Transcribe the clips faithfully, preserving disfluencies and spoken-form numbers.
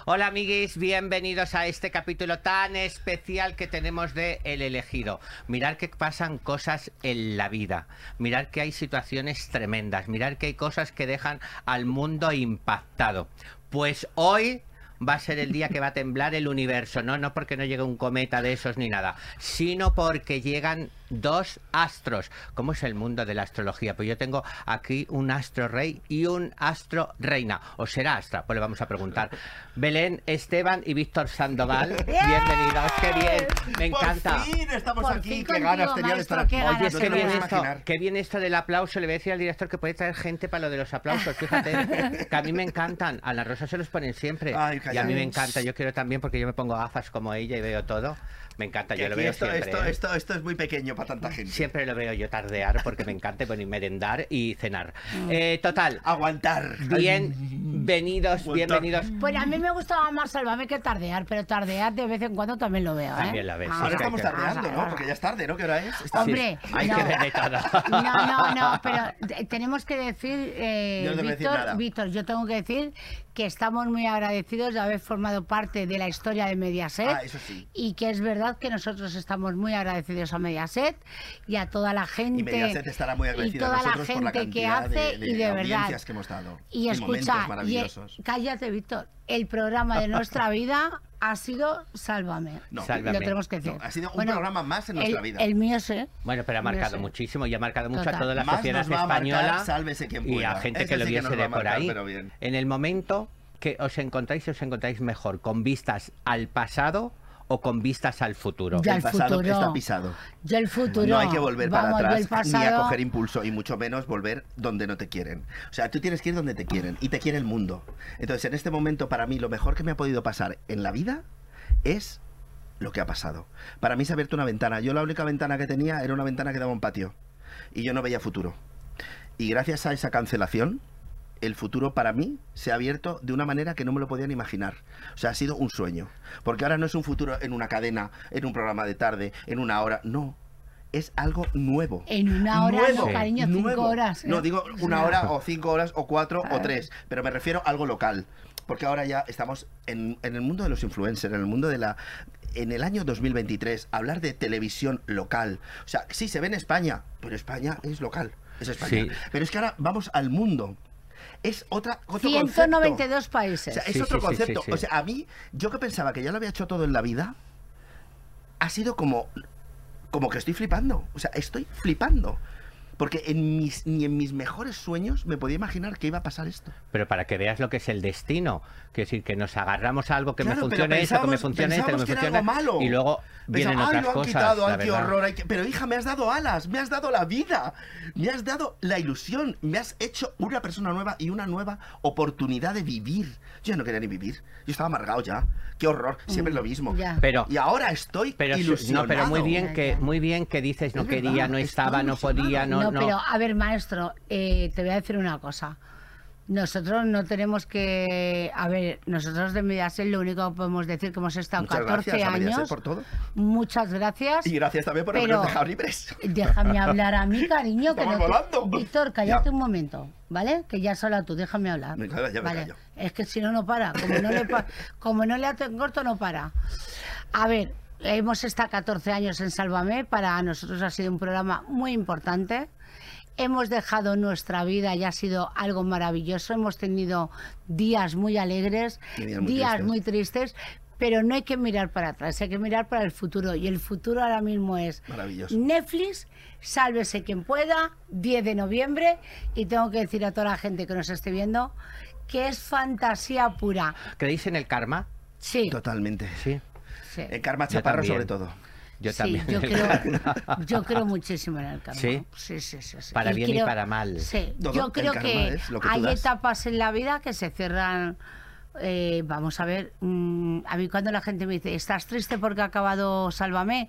Hola amiguis, bienvenidos a este capítulo tan especial que tenemos de El Elegido. Mirad que pasan cosas en la vida, mirad que hay situaciones tremendas, mirad que hay cosas que dejan al mundo impactado. Pues hoy va a ser el día que va a temblar el universo, no, no porque no llegue un cometa de esos ni nada, sino porque llegan dos astros. ¿Cómo es el mundo de la astrología? Pues yo tengo aquí un astro rey y un astro reina. ¿O será Astra? Pues le vamos a preguntar. Belén, Esteban y Víctor Sandoval, bienvenidos, qué bien, me encanta. Por fin estamos Por aquí, fin qué contigo, ganas tenía de estar aquí. maestro, qué Oye, es No que te lo bien puedes esto, imaginar. que bien esto del aplauso. Le voy a decir al director que puede traer gente para lo de los aplausos. Fíjate, que a mí me encantan. A la Rosa se los ponen siempre. Ay, y a mí me callaos. encanta. Yo quiero también porque yo me pongo gafas como ella y veo todo. Me encanta, Que yo lo aquí veo esto, siempre. esto, ¿eh? esto, esto es muy pequeño para tanta gente. Siempre lo veo yo tardear porque me encanta, bueno, y merendar y cenar. Eh, total, Aguantar. bienvenidos, Aguantar. bienvenidos. Pues a mí me gustaba más Sálvame que tardear, pero tardear de vez en cuando también lo veo, ¿eh? También la ves, Ah, sí, Ahora que estamos hay que- tardeando, ¿no? Porque ya es tarde, ¿no? ¿Qué hora es? Está- Hombre, Sí, hay no. que ver de todo. No, no, no, pero te- tenemos que decir, eh, Yo no te voy a decir Víctor, nada. Víctor, yo tengo que decir que estamos muy agradecidos de haber formado parte de la historia de Mediaset. Ah, eso sí. Y que es verdad que nosotros estamos muy agradecidos a Mediaset y a toda la gente. Y Mediaset estará muy y agradecida toda a la nosotros por la gente que cantidad hace de, de y de verdad. audiencias que hemos dado. Y escucha, momentos y, maravillosos. cállate, Víctor, el programa de nuestra vida ha sido Sálvame. No, Sálvame. Lo tenemos que decir. No, ha sido un Bueno, programa más en nuestra el, vida. El mío sí. Bueno, pero ha marcado sé. muchísimo y ha marcado mucho Total. a toda la Más sociedad nos va a marcar, española sálvese quien y pueda. a gente Ese que lo sí que viese nos va de a por marcar, ahí. pero bien. En el momento que os encontráis, os encontráis mejor con vistas al pasado o con vistas al futuro. Ya El el pasado futuro. está pisado. Yo el futuro. No hay que volver para Vamos, yo atrás el pasado, ni a coger impulso y mucho menos volver donde no te quieren. O sea, tú tienes que ir donde te quieren y te quiere el mundo. Entonces, en este momento, para mí, lo mejor que me ha podido pasar en la vida es lo que ha pasado. Para mí se ha abierto una ventana. Yo la única ventana que tenía era una ventana que daba a un patio y yo no veía futuro. Y gracias a esa cancelación, el futuro para mí se ha abierto de una manera que no me lo podían imaginar. O sea, ha sido un sueño. Porque ahora no es un futuro en una cadena, en un programa de tarde, en una hora. No. Es algo nuevo. En una hora, Nuevo, no, cariño, cinco nuevo. horas. ¿eh? No, digo O sea, una hora o cinco horas o cuatro o Claro. tres. Pero me refiero a algo local. Porque ahora ya estamos en, en el mundo de los influencers, en el mundo de la... En el año dos mil veintitrés, hablar de televisión local. O sea, sí, se ve en España, pero España es local. Es España. Sí. Pero es que ahora vamos al mundo. Es otra, otro ciento noventa y concepto. dos O países. sea, es Sí, otro sí, sí, concepto. sí, sí. O sea, a mí, yo que pensaba que ya lo había hecho todo en la vida, ha sido como, como que estoy flipando. O sea, estoy flipando. Porque en mis, ni en mis mejores sueños me podía imaginar que iba a pasar esto. Pero para que veas lo que es el destino, quiero decir, que nos agarramos a algo que Claro, me pero funcione esto, que me pensábamos- funcione esto, que me pensábamos que era funcione... algo malo. Y luego vienen Pensaba, "Ay, otras lo han cosas, quitado, la ay, qué verdad. horror, hay que-". Pero hija, me has dado alas, me has dado la vida, me has dado la ilusión, me has hecho una persona nueva y una nueva oportunidad de vivir. Yo ya no quería ni vivir, yo estaba amargado ya. Qué horror, siempre lo mismo. Ya. Pero... Y ahora estoy Pero, su- ilusionado. no, pero muy bien Ya, que ya. muy bien que dices no Es quería, verdad, no estoy estaba, no podía, ilusionado. no, No, no. pero a ver, maestro, eh, te voy a decir una cosa. Nosotros no tenemos que... A ver, nosotros de Mediaset lo único que podemos decir que hemos estado Muchas catorce gracias a Mediaset años. por todo. Muchas gracias. Y gracias también por Pero- habernos dejado libres. Déjame hablar a mí, cariño. Que Estamos no te- volando. Víctor, cállate Ya. un momento, ¿vale? Que ya solo tú, déjame hablar. Me callo, ya me Vale. callo. Es que si no, no para. Como no le, pa- como no le aten corto, no para. A ver, hemos estado catorce años en Sálvame. Para nosotros ha sido un programa muy importante. Hemos dejado nuestra vida y ha sido algo maravilloso. Hemos tenido días muy alegres, Y días muy días tristes. muy tristes, pero no hay que mirar para atrás, hay que mirar para el futuro. Y el futuro ahora mismo es Maravilloso. Netflix, sálvese quien pueda, diez de noviembre. Y tengo que decir a toda la gente que nos esté viendo que es fantasía pura. ¿Creéis en el karma? Sí, Totalmente. Sí. sí. En Karma Yo Chaparro también. sobre todo. Yo Sí, también. yo en el creo, karma. yo creo muchísimo en el karma. ¿Sí? Sí, sí, sí, sí. Para bien y creo- para mal. Sí, Todo yo el creo karma que, es lo que tú hay das. etapas en la vida que se cierran. eh, vamos a ver, mm, a mí cuando la gente me dice, ¿estás triste porque ha acabado Sálvame?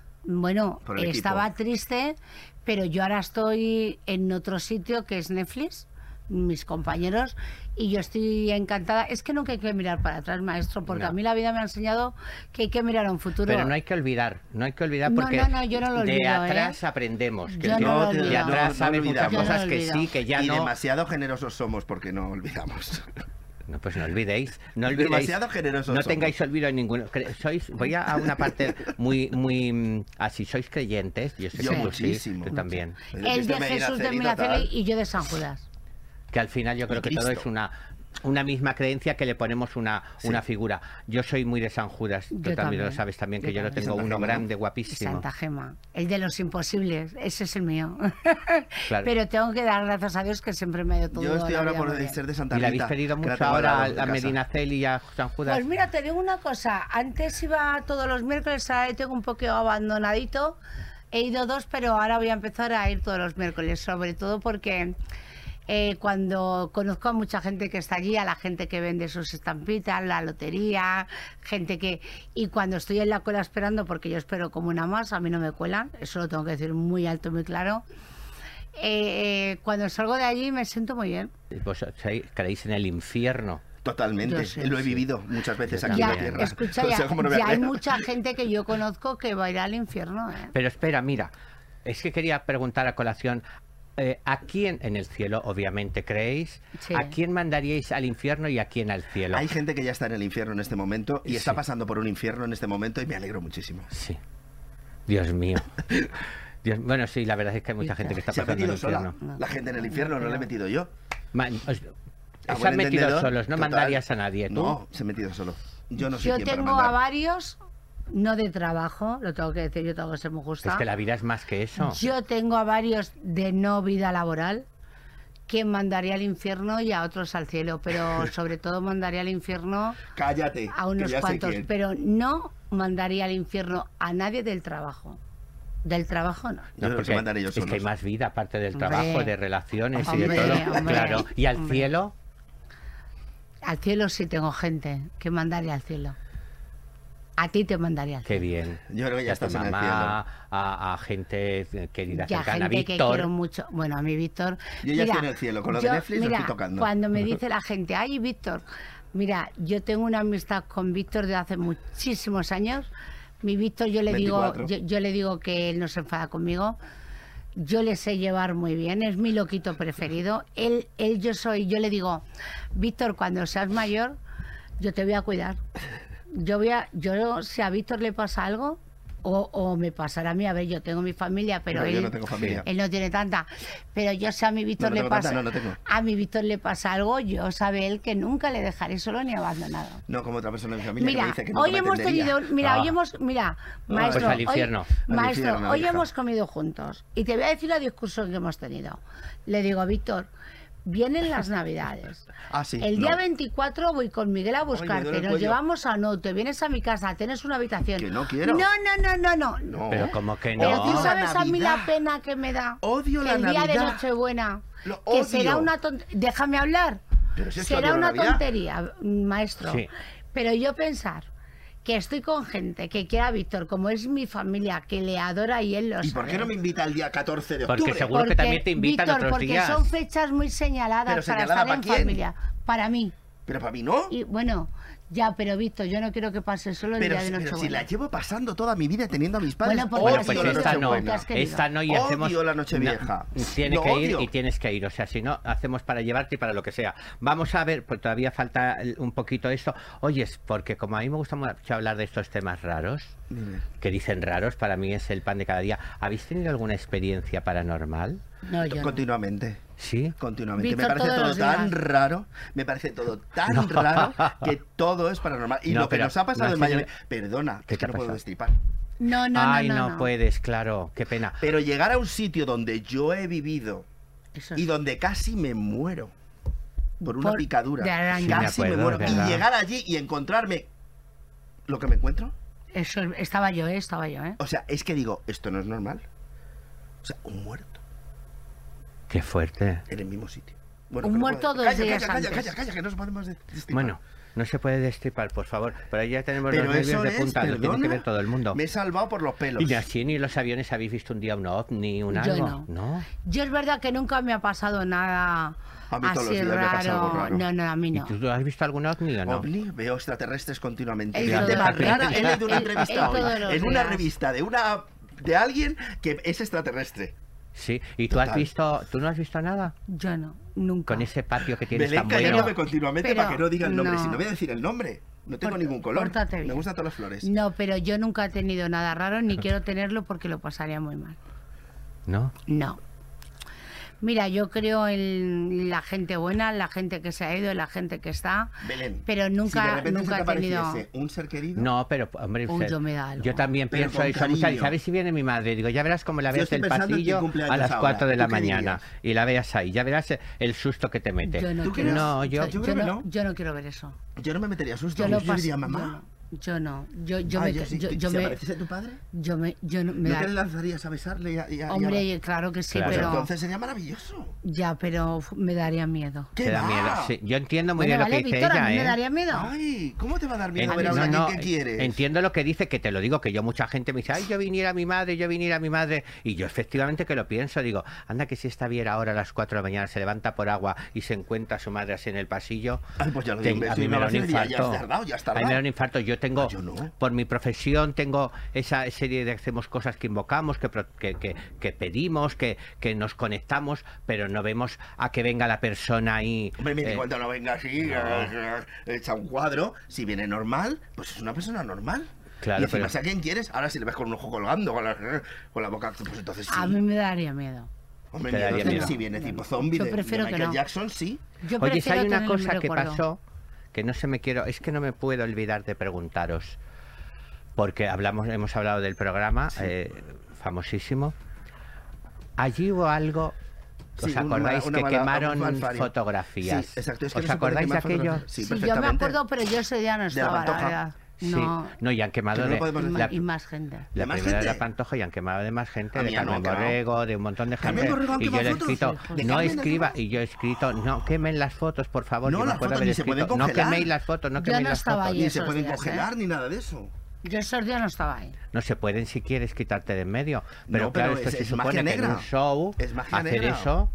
Bueno, Por el equipo. estaba triste, pero yo ahora estoy en otro sitio que es Netflix, mis compañeros, y yo estoy encantada. Es que nunca hay que mirar para atrás, maestro, porque No. a mí la vida me ha enseñado que hay que mirar a un futuro. Pero no hay que olvidar, no hay que olvidar No, porque no, no, yo no lo de olvido, atrás ¿eh? aprendemos. Que Yo el no tío lo de olvido. atrás No, sabe no muchas olvidamos. cosas Yo no lo que olvido. sí, que ya y no. demasiado generosos somos porque no olvidamos. No, pues no olvidéis, no olvidéis. Demasiado generosos No somos. tengáis olvido en ninguno. Cre- Sois, voy a, a una parte muy, muy mm, así. ¿Sois creyentes? Yo sé Yo que tú muchísimo. sí, tú también. Él de Jesús de Miraceli y yo de San Judas. Que al final yo creo que todo Cristo. es una una misma creencia que le ponemos una, Sí. una figura. Yo soy muy de San Judas, tú Yo también, también. lo sabes también, que Yo yo, lo también. tengo Santa uno Gema, ¿no? grande, guapísimo. Santa Gema, el de los imposibles, ese es el mío. Claro. Pero tengo que dar gracias a Dios que siempre me ha ido todo. Yo estoy la ahora vida por muy bien. ser de Santa ¿Y le Rita. habéis pedido que la mucho tengo al ahora lado a, de a casa. Medinaceli y a San Judas? Pues mira, te digo una cosa, antes iba todos los miércoles, ahora tengo un poco abandonadito, he ido dos, pero ahora voy a empezar a ir todos los miércoles, sobre todo porque eh, cuando conozco a mucha gente que está allí, a la gente que vende sus estampitas, la lotería, gente que... Y cuando estoy en la cola esperando, porque yo espero como una más, a mí no me cuelan, eso lo tengo que decir muy alto y muy claro. Eh, eh, cuando salgo de allí me siento muy bien. ¿Vos sois- creéis en el infierno? Totalmente. Yo sé, Lo he sí. vivido muchas veces Yo aquí en Ya, la tierra. escucha, O sea, ya, ¿cómo no voy a ya hay creer? mucha gente que yo conozco que va a ir al infierno, ¿eh? Pero espera, mira, es que quería preguntar a colación, eh, ¿a quién en el cielo, obviamente, creéis? Sí. ¿A quién mandaríais al infierno y a quién al cielo? Hay gente que ya está en el infierno en este momento y Sí. está pasando por un infierno en este momento y me alegro muchísimo. Sí. Dios mío. Dios- bueno, sí, la verdad es que hay mucha gente que está Se ha pasando el metido sola. infierno. La gente en el infierno, no la he metido yo. Ma- os- A se buen han metido entendedor, solos, no total. mandarías a nadie, ¿tú? No, se ha metido solo. Yo no soy Yo quien para tengo mandar. a varios, no de trabajo, lo tengo que decir, yo tengo que ser muy justa. Es que la vida es más que eso. Yo tengo a varios de no vida laboral que mandaría al infierno y a otros al cielo, pero sobre todo mandaría al infierno Cállate. a que unos ya sé cuantos, quién. pero no mandaría al infierno a nadie del trabajo. Del trabajo no. Yo creo que porque se mandan ellos es que hay solos. más vida aparte del Hombre. trabajo, de relaciones y de Hombre, todo. hombre, Claro. ¿Y al hombre. cielo? Al cielo sí tengo gente que mandaría al cielo. A ti te mandaría al Qué cielo. bien. Yo creo que Y ya a tu estás en el mamá, a, a gente querida Ya cercana, gente que Víctor. quiero mucho. Bueno, a mí Víctor. Yo ya estoy en el cielo, con lo de yo- Netflix lo mira, estoy tocando. Cuando me dice la gente, ay, Víctor, mira, yo tengo una amistad con Víctor de hace muchísimos años. Mi Víctor, yo le veinticuatro. digo, yo, yo le digo que él no se enfada conmigo. Yo le sé llevar muy bien, es mi loquito preferido. Él, él, yo soy, yo le digo, Víctor, cuando seas mayor, yo te voy a cuidar. Yo voy a, yo si a Víctor le pasa algo, o, o me pasará a mí, a ver, yo tengo mi familia, pero No, él, yo no tengo familia. él no tiene tanta. Pero yo si a mi Víctor No, no le tengo pasa, tanta, no, no tengo. a mi Víctor le pasa algo, yo sabe él que nunca le dejaré solo ni abandonado. No como otra persona de mi familia que Mira, me dice que nunca hoy me hemos atendería. tenido, mira, Ah. hoy hemos, mira, No, maestro, pues al hoy- infierno. Al maestro, infierno, hoy hija. hemos comido juntos y te voy a decir la discusión que hemos tenido. Le digo, Víctor, vienen las Navidades. Ah, sí. El día no. veinticuatro voy con Miguel a me duele buscarte, el nos cuello. llevamos a Note, vienes a mi casa, tienes una habitación. Que no quiero. No, no, no, no, no. No. Pero como que Pero no. tú Odio la sabes a mí la Navidad. pena que me da. Odio la el día de Navidad. Nochebuena. Lo que será odio. una tontería. Déjame hablar. Pero si es que será odio la una Navidad. tontería, maestro. Sí. Pero yo pensar que estoy con gente que quiera a Víctor, como es mi familia, que le adora y él lo ¿Y sabe. por qué no me invita el día catorce de Porque octubre? seguro que también te invitan Víctor, otros porque días. son fechas muy señaladas ¿Pero para señalada estar para en quién? familia. Para mí. Pero para mí no. Y bueno, ya, pero Víctor, yo no quiero que pase solo el Pero, día de pero Nochebuena. si la llevo pasando toda mi vida teniendo a mis padres. Bueno, porque Bueno, has pues odio la querido, esta no, porque has querido. esta no y Odio hacemos... la Nochevieja. No, tienes Lo que ir odio. y tienes que ir, o sea, si no, hacemos para llevarte y para lo que sea. Vamos a ver, pues todavía falta un poquito esto. Oyes, porque como a mí me gusta mucho hablar de estos temas raros, Dime. que dicen raros, para mí es el pan de cada día. ¿Habéis tenido alguna experiencia paranormal? No, yo no. Continuamente. Sí. Continuamente. Víctor, me parece todos todo los tan días. raro, me parece todo tan raro que todo es paranormal. Y No, lo que pero nos ha pasado no en has Miami, tenido- perdona, ¿Qué es te que ha no puedo pasado? destripar. No, no, Ay, no, no, no. puedes, claro, qué pena. Pero llegar a un sitio donde yo he vivido Eso y sí. donde casi me muero por una Por- picadura, de araña. Sí, me casi me, acuerdo, muero. es Y verdad. llegar allí y encontrarme lo que me encuentro, Eso estaba yo, ¿eh? Estaba yo, ¿eh? o sea, es que digo, esto no es normal. O sea, un muerto Qué fuerte. en el mismo sitio. Un que no muerto puedo- dos calla, días calla, calla, antes. calla, calla, que no nos podemos de- destripar. Bueno, no se puede destripar, por favor. Pero ahí ya tenemos Pero los nervios eso de es, punta, lo tiene perdona, que ver todo el mundo. me he salvado por los pelos. Y ni así ni en los aviones habéis visto un día un ovni, un Yo algo. no. Yo es verdad que nunca me ha pasado nada A mí todos los así días me pasa raro. algo raro. No, no, a mí ¿Y no. tú has visto algún ovni o no? OVNI, veo extraterrestres continuamente. Él Fíjate, todo más lo- rara, él- he leído una él- entrevista él hoy, todos los en una días. revista de una de alguien que es extraterrestre. Sí, ¿y tú has Total. visto, tú no has visto nada? Yo no, nunca. Con ese patio que tienes Belén tan bueno. callándome continuamente Pero para que no diga el nombre. no. Si no voy a decir el nombre, no tengo Porta- ningún color. pórtate Me bien. gustan todas las flores. No, pero yo nunca he tenido nada raro ni quiero tenerlo porque lo pasaría muy mal. ¿No? No. Mira, yo creo en la gente buena, la gente que se ha ido, la gente que está, Belén, pero nunca, si de repente nunca se te he tenido... apareciese un ser querido, No, pero, hombre, Uy, usted- yo me da algo. yo también Pero pienso con eso muchas cariño. ¿sabes si viene mi madre? Digo, ya verás cómo la Yo veas estoy del pensando en tu pasillo cumpleaños a las ahora. cuatro de la ¿Tú qué mañana dirías? y la veas ahí, ya verás el susto que te mete. Yo no, ¿Tú quiero, crees? No, yo- O sea, yo yo, creo que no, no. yo no quiero ver eso. yo no me metería susto. Yo Yo, lo paso- diría, yo mamá. no. Yo no, yo, yo ah, me, yo sí. yo, ¿Te- yo ¿Se me, apareciese tu padre? yo me, yo no, me ¿No da- te le lanzarías a besarle? Y a- y a- y a- hombre, claro que sí, Claro. Pues pero entonces sería maravilloso. ya, pero uf, me daría miedo. ¿Qué Te da va? miedo. Sí, yo entiendo muy Bueno, bien vale, lo que dice Víctor, a ella, mí me ¿eh? daría miedo. Ay, ¿cómo te va a dar miedo En- ver a no, alguien no, que quieres? entiendo lo que dice, que te lo digo, que yo mucha gente me dice, ay, yo viniera a mi madre, yo viniera a mi madre, y yo efectivamente que lo pienso, digo, anda que si esta viera ahora a las cuatro de la mañana, se levanta por agua y se encuentra a su madre así en el pasillo, Ay, pues ya lo te- digo, a si mí me me da lo un haces, ya- ya infarto. has tardado, ya has A mí me da tardado. un infarto. Yo tengo, Ah, yo no. por mi profesión, tengo esa serie de hacemos cosas que invocamos, que, pro- que, que- que pedimos, que, que nos conectamos, pero no vemos a que venga la persona ahí. Hombre, mira, eh, cuando no venga así, eh, echa un cuadro, si viene normal, pues es una persona normal. Claro, y encima, pero- si a quién quieres, ahora si le ves con un ojo colgando, con la, con la boca, pues entonces sí. A mí me daría miedo. Hombre, Te miedo, daría si- miedo. si viene tipo zombie Yo de, de prefiero que Michael no. Jackson, sí. Yo Oye, si prefiero hay una tener mi cosa que recuerdo. pasó que no se me quiero, es que no me puedo olvidar de preguntaros, porque hablamos, hemos hablado del programa eh, famosísimo. Allí hubo algo. ¿Os Sí, una acordáis mala- una que mala- quemaron un malfario. fotografías? Sí, exacto, es que ¿Os no se puede acordáis de quemar aquello? fotografías. Sí, Sí, yo me perfectamente. acuerdo, pero yo ese día no De la estaba, la Pantoja. verdad. Sí, No, no, y han quemado Que no lo de, podemos y, decir. la, ma- y más gente. la ¿De más primera de la gente? Pantoja y han quemado de más gente, A de mí ya no Carmen han quemado. Borrego, de un montón de ¿Carmen gente. Borrego han Y yo quemado le he fotos? escrito, ¿De no Carmen han escriba, quemado? y yo he escrito, no quemen las fotos, por favor. No, yo me las acuerdo fotos haber ni se pueden escrito, no congelar. queméis las fotos, no Yo queméis no las estaba fotos. ahí. Ni esos se pueden días, congelar ¿eh? ni nada de eso. Yo esos días no estaba ahí. No se pueden si quieres quitarte de en medio. Pero No, claro, pero esto es- se es supone magia que en negra. un show Es magia hacer negra. eso.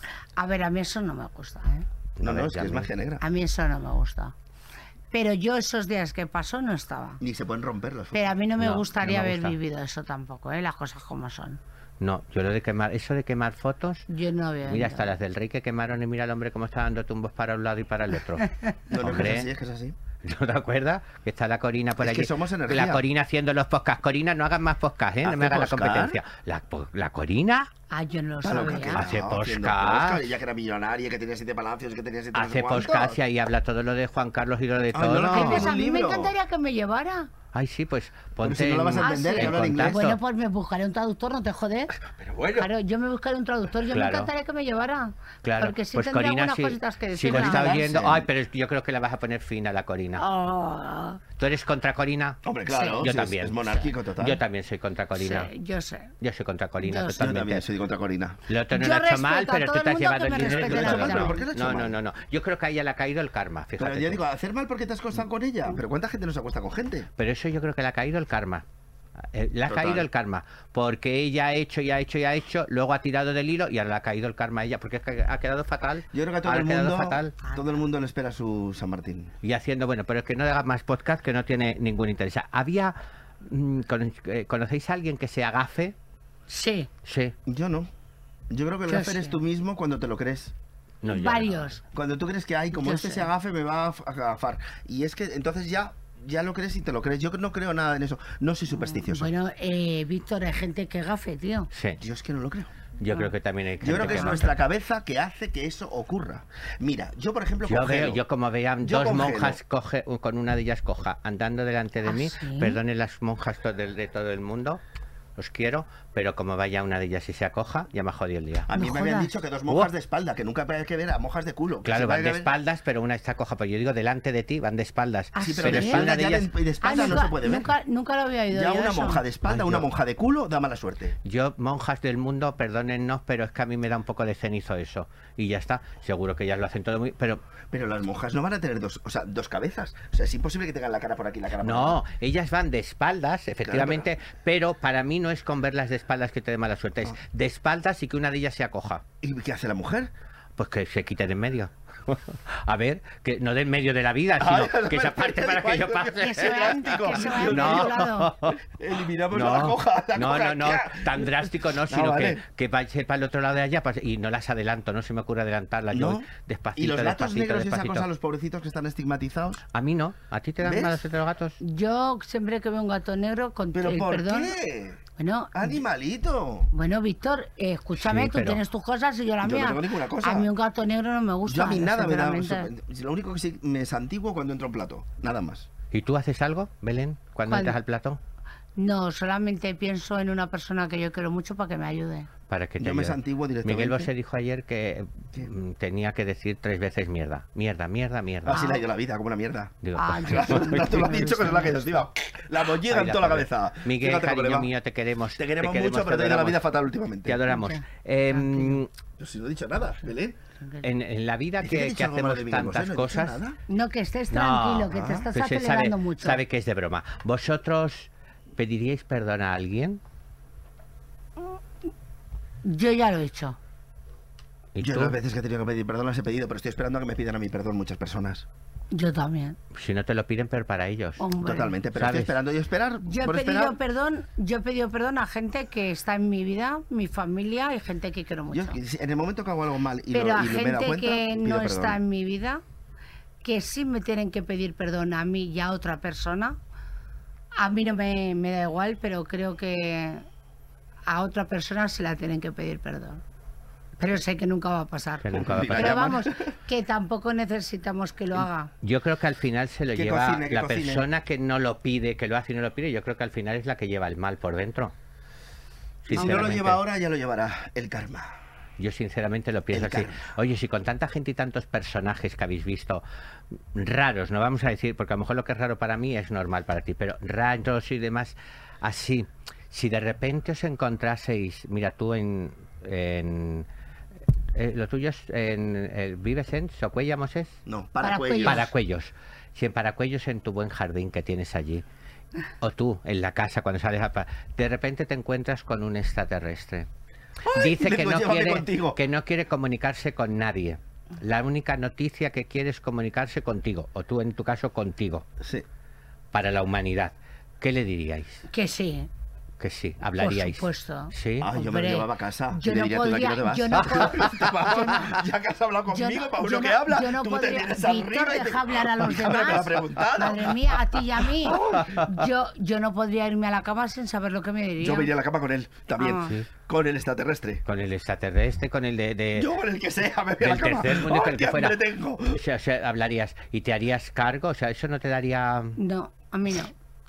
A ver, a mí eso no me gusta, ¿eh? No, A no, ver, es que ya es me- magia negra. A mí eso no me gusta. Pero yo esos días que pasó no estaba. Ni se pueden romper las fotos. Pero a mí no me No, no gustaría me haber gusta. vivido eso tampoco, ¿eh? Las cosas como son. No, yo lo de quemar, eso de quemar fotos. Yo no había Mira, hasta las del rey que quemaron y mira al hombre cómo está dando tumbos para un lado y para el otro. No, no, que Hombre, es así, es que es así. ¿no te acuerdas? Que está la Corina por Es allí. que somos energía. La Corina haciendo los podcasts. Corina, no hagas más podcasts, ¿eh? No ¿Hace me hagas la podcast? competencia. La, po- la Corina Ah, yo no lo Claro, que sabía. no, Hace haciendo podcast. podcast, ella que era millonaria, que tenía siete palacios, que tenía siete no sé hace cuántos. podcast y ahí habla todo lo de Juan Carlos y lo de Ay, todo. no lo Ay, No, pues un a mí me libro. encantaría que me llevara. Ay, sí, pues ponte si no lo vas a en- entender, Ah, que sí. habla en inglés. contacto. Bueno, pues me buscaré un traductor, no te jodes. Pero bueno. Claro, yo me buscaré un traductor. Yo me Claro. encantaría que me llevara. Claro, Porque sí pues tendría Corina, algunas si, cositas que si decir. lo está Corina, oyendo. sí. Ay, pero yo creo que la vas a poner fina la Corina. Oh, ¿Tú eres contra Corina? Hombre, claro, Yo sí, es- también. Es monárquico total. Yo también soy contra Corina. sí, yo sé. Yo soy contra Corina, Yo sí. Yo totalmente. también soy contra Corina. Lo otro no Yo lo ha hecho respeto mal, a pero todo tú el te has mundo llevado que el me dinero. y respete tú la te lo vida. has ¿Pero por qué lo ha dado. hecho No, no, mal? no, no. Yo creo que a ella le ha caído el karma, fíjate. Pero yo tú. digo, hacer mal porque te has acostado con ella. Pero ¿cuánta gente no se acuesta con gente? Pero eso yo creo que le ha caído el karma. Eh, Le ha Total. caído el karma, porque ella ha hecho y ha hecho y ha hecho, luego ha tirado del hilo y ahora le ha caído el karma a ella, porque es que ha quedado fatal. Yo creo que a todo Ha el quedado mundo, fatal. todo el mundo le espera su San Martín. Y haciendo, bueno, pero es que no hagas más podcast que no tiene ningún interés. Había, mm, con- eh, ¿conocéis a alguien que se agafe? Sí, Sí. Yo no. Yo creo que el Yo gafe sí. eres tú mismo cuando te lo crees. No, yo varios. Cuando tú crees que hay, como Yo este sé. se agafe, me va a af- a agafar. Y es que entonces ya, ya lo crees y te lo crees. Yo no creo nada en eso. No soy supersticioso. Bueno, eh, Víctor, hay gente que gafe, tío. no. Sí, Yo es que no lo creo. yo creo que también hay Yo creo gente que es no. nuestra cabeza que hace que eso ocurra. Mira, yo por ejemplo Yo congelo. veo, yo como vean Yo dos congelo. monjas coge, con una de ellas coja andando delante de ¿Ah, mí, sí? perdonen las monjas to- de, de todo el mundo, os quiero, pero como vaya una de ellas y se acoja, ya me ha jodido el día. A mí No me habían jodas. dicho que dos monjas Uh. de espalda, que nunca hay que ver a monjas de culo. que Claro, siempre van hay de que ver- espaldas, pero una está coja, pero yo digo delante de ti, van de espaldas. Ah, Sí, pero, ¿sí? de es que espalda, una de ya ellas- de, de espalda Ah, no nunca, se puede ver. nunca, nunca lo había oído Ya yo una eso. monja de espalda, Ay, una yo- monja de culo, da mala suerte. Yo, monjas del mundo, perdónennos, pero es que a mí me da un poco de cenizo eso. Y ya está, seguro que ellas lo hacen todo muy... Pero Pero las monjas no van a tener dos, o sea, dos cabezas. O sea, es imposible que tengan la cara por aquí y la cara por no, aquí. ellas van de espaldas, efectivamente, pero... para mí no es con verlas de espaldas que te dé mala suerte, es Ah. de espaldas y que una de ellas se acoja. ¿Y qué hace la mujer? Pues que se quite de en medio. A ver, que no del medio de la vida, sino Ay, no que me esa parte parece para que yo igual, pase. Que se vayan, que se vayan por No. otro lado. Eliminamos No, a la coja. La no, coja, no, no, ¡ya! tan drástico no, sino vale. que, que vaya para el otro lado de allá pues, y no las adelanto, no se me ocurre adelantarlas. Yo ¿No? voy despacito, ¿Y los gatos despacito, negros y esa despacito. cosa, los pobrecitos que están estigmatizados? A mí no, ¿a ti te dan ¿Ves? malos entre los gatos? Yo siempre que veo un gato negro, con ¿Pero el por perdón. qué? Bueno, ¡Animalito! bueno, Víctor, eh, escúchame, Sí, tú pero- tienes tus cosas y yo la Yo no mía. tengo ninguna cosa. A mí un gato negro no me gusta. Yo a mí nada me da... sinceramente. Lo único que sí me santiguo cuando entro a un plato. Nada más. ¿Y tú haces algo, Belén, cuando ¿Cuál? entras al plato? No, solamente pienso en una persona que yo quiero mucho para que me ayude. Para que te Yo me ayude. santiguo directamente. Miguel Bosé dijo ayer que ¿Qué? mm, tenía que decir tres veces mierda. Mierda, mierda, mierda. Así le ha ido la vida, como una mierda. Digo, Ah, pues, yo- No te lo ha dicho que se la ha caído encima. La molliga Ay, en la toda la pobre. cabeza. Miguel, Fíjate cómo le cariño va. mío, te queremos. Te queremos mucho, te pero te ha ido la adoramos. vida fatal últimamente. Te adoramos. Ok. Em, Yo sí no he dicho nada, Belén. en, en la vida ¿Es que te he que, dicho que algo malo hacemos de Miguel Bosé? tantas ¿No he dicho cosas. nada? No, que estés No, tranquilo, que te ah, estás pues él acelerando sabe, mucho. sabe que es de broma. ¿Vosotros pediríais perdón a alguien? Yo ya lo he hecho. ¿Y Yo tú? las veces que he tenido que pedir perdón las he pedido, pero estoy esperando a que me pidan a mí perdón muchas personas. Yo también. Si no te lo piden, pero para ellos. Hombre. Totalmente, pero ¿Sabes? estoy esperando y esperar. Yo he por pedido esperar. perdón, yo he pedido perdón a gente que está en mi vida, mi familia y gente que quiero mucho. Yo, en el momento que hago algo mal y, Pero lo, a y me he dado gente cuenta, que pido no perdón. está en mi vida, que sí me tienen que pedir perdón a mí y a otra persona, a mí no me, me da igual, pero creo que a otra persona se la tienen que pedir perdón. Pero sé que nunca va a pasar. Que nunca va a Mira, pasar. Pero llaman. vamos, que tampoco necesitamos que lo haga. Yo creo que al final se lo Que lleva cocine, que la cocine. persona que no lo pide, que lo hace y no lo pide. Yo creo que al final es la que lleva el mal por dentro. Y si no lo Sinceramente. lleva ahora, ya lo llevará el karma. Yo sinceramente lo pienso El así. karma. Oye, si con tanta gente y tantos personajes que habéis visto, raros, no vamos a decir, porque a lo mejor lo que es raro para mí es normal para ti, pero raros y demás, así, si de repente os encontraseis, mira tú en... en eh, lo tuyo es en... eh, ¿vives en Socuéllamos es? No, Para para cuellos. Paracuellos. Si en Paracuellos, en tu buen jardín que tienes allí, o tú en la casa cuando sales a... pa- de repente te encuentras con un extraterrestre. Dice que vengo, no, llévame quiere, contigo. que no quiere comunicarse con nadie. La única noticia que quiere es comunicarse contigo, o tú en tu caso contigo, Sí. para la humanidad. ¿Qué le diríais? Que sí, Que sí, hablaríais. por supuesto. Sí. Ah, yo me lo Hombre, llevaba a casa. yo y le no diría, tú de aquí no podría- te vas. yo no puedo- Vamos, yo no- ya que has hablado Yo conmigo, no- para yo uno no- que habla, yo no tú podría- te vienes Víctor, arriba y te... deja hablar a los Ya me lo has demás. preguntado. Madre mía, a ti y a mí. Yo, yo no podría irme a la cama sin saber lo que me diría. Yo me iría a la cama con él, también. Ah. Sí. Con el extraterrestre. Con el extraterrestre, con el de... de- Yo con el que sea, me voy a la del cama. tercer mundo, con ¡Ay, el que qué fuera. hambre tengo! O sea, o sea, hablarías y te harías cargo, o sea, eso no te daría... No, a mí no.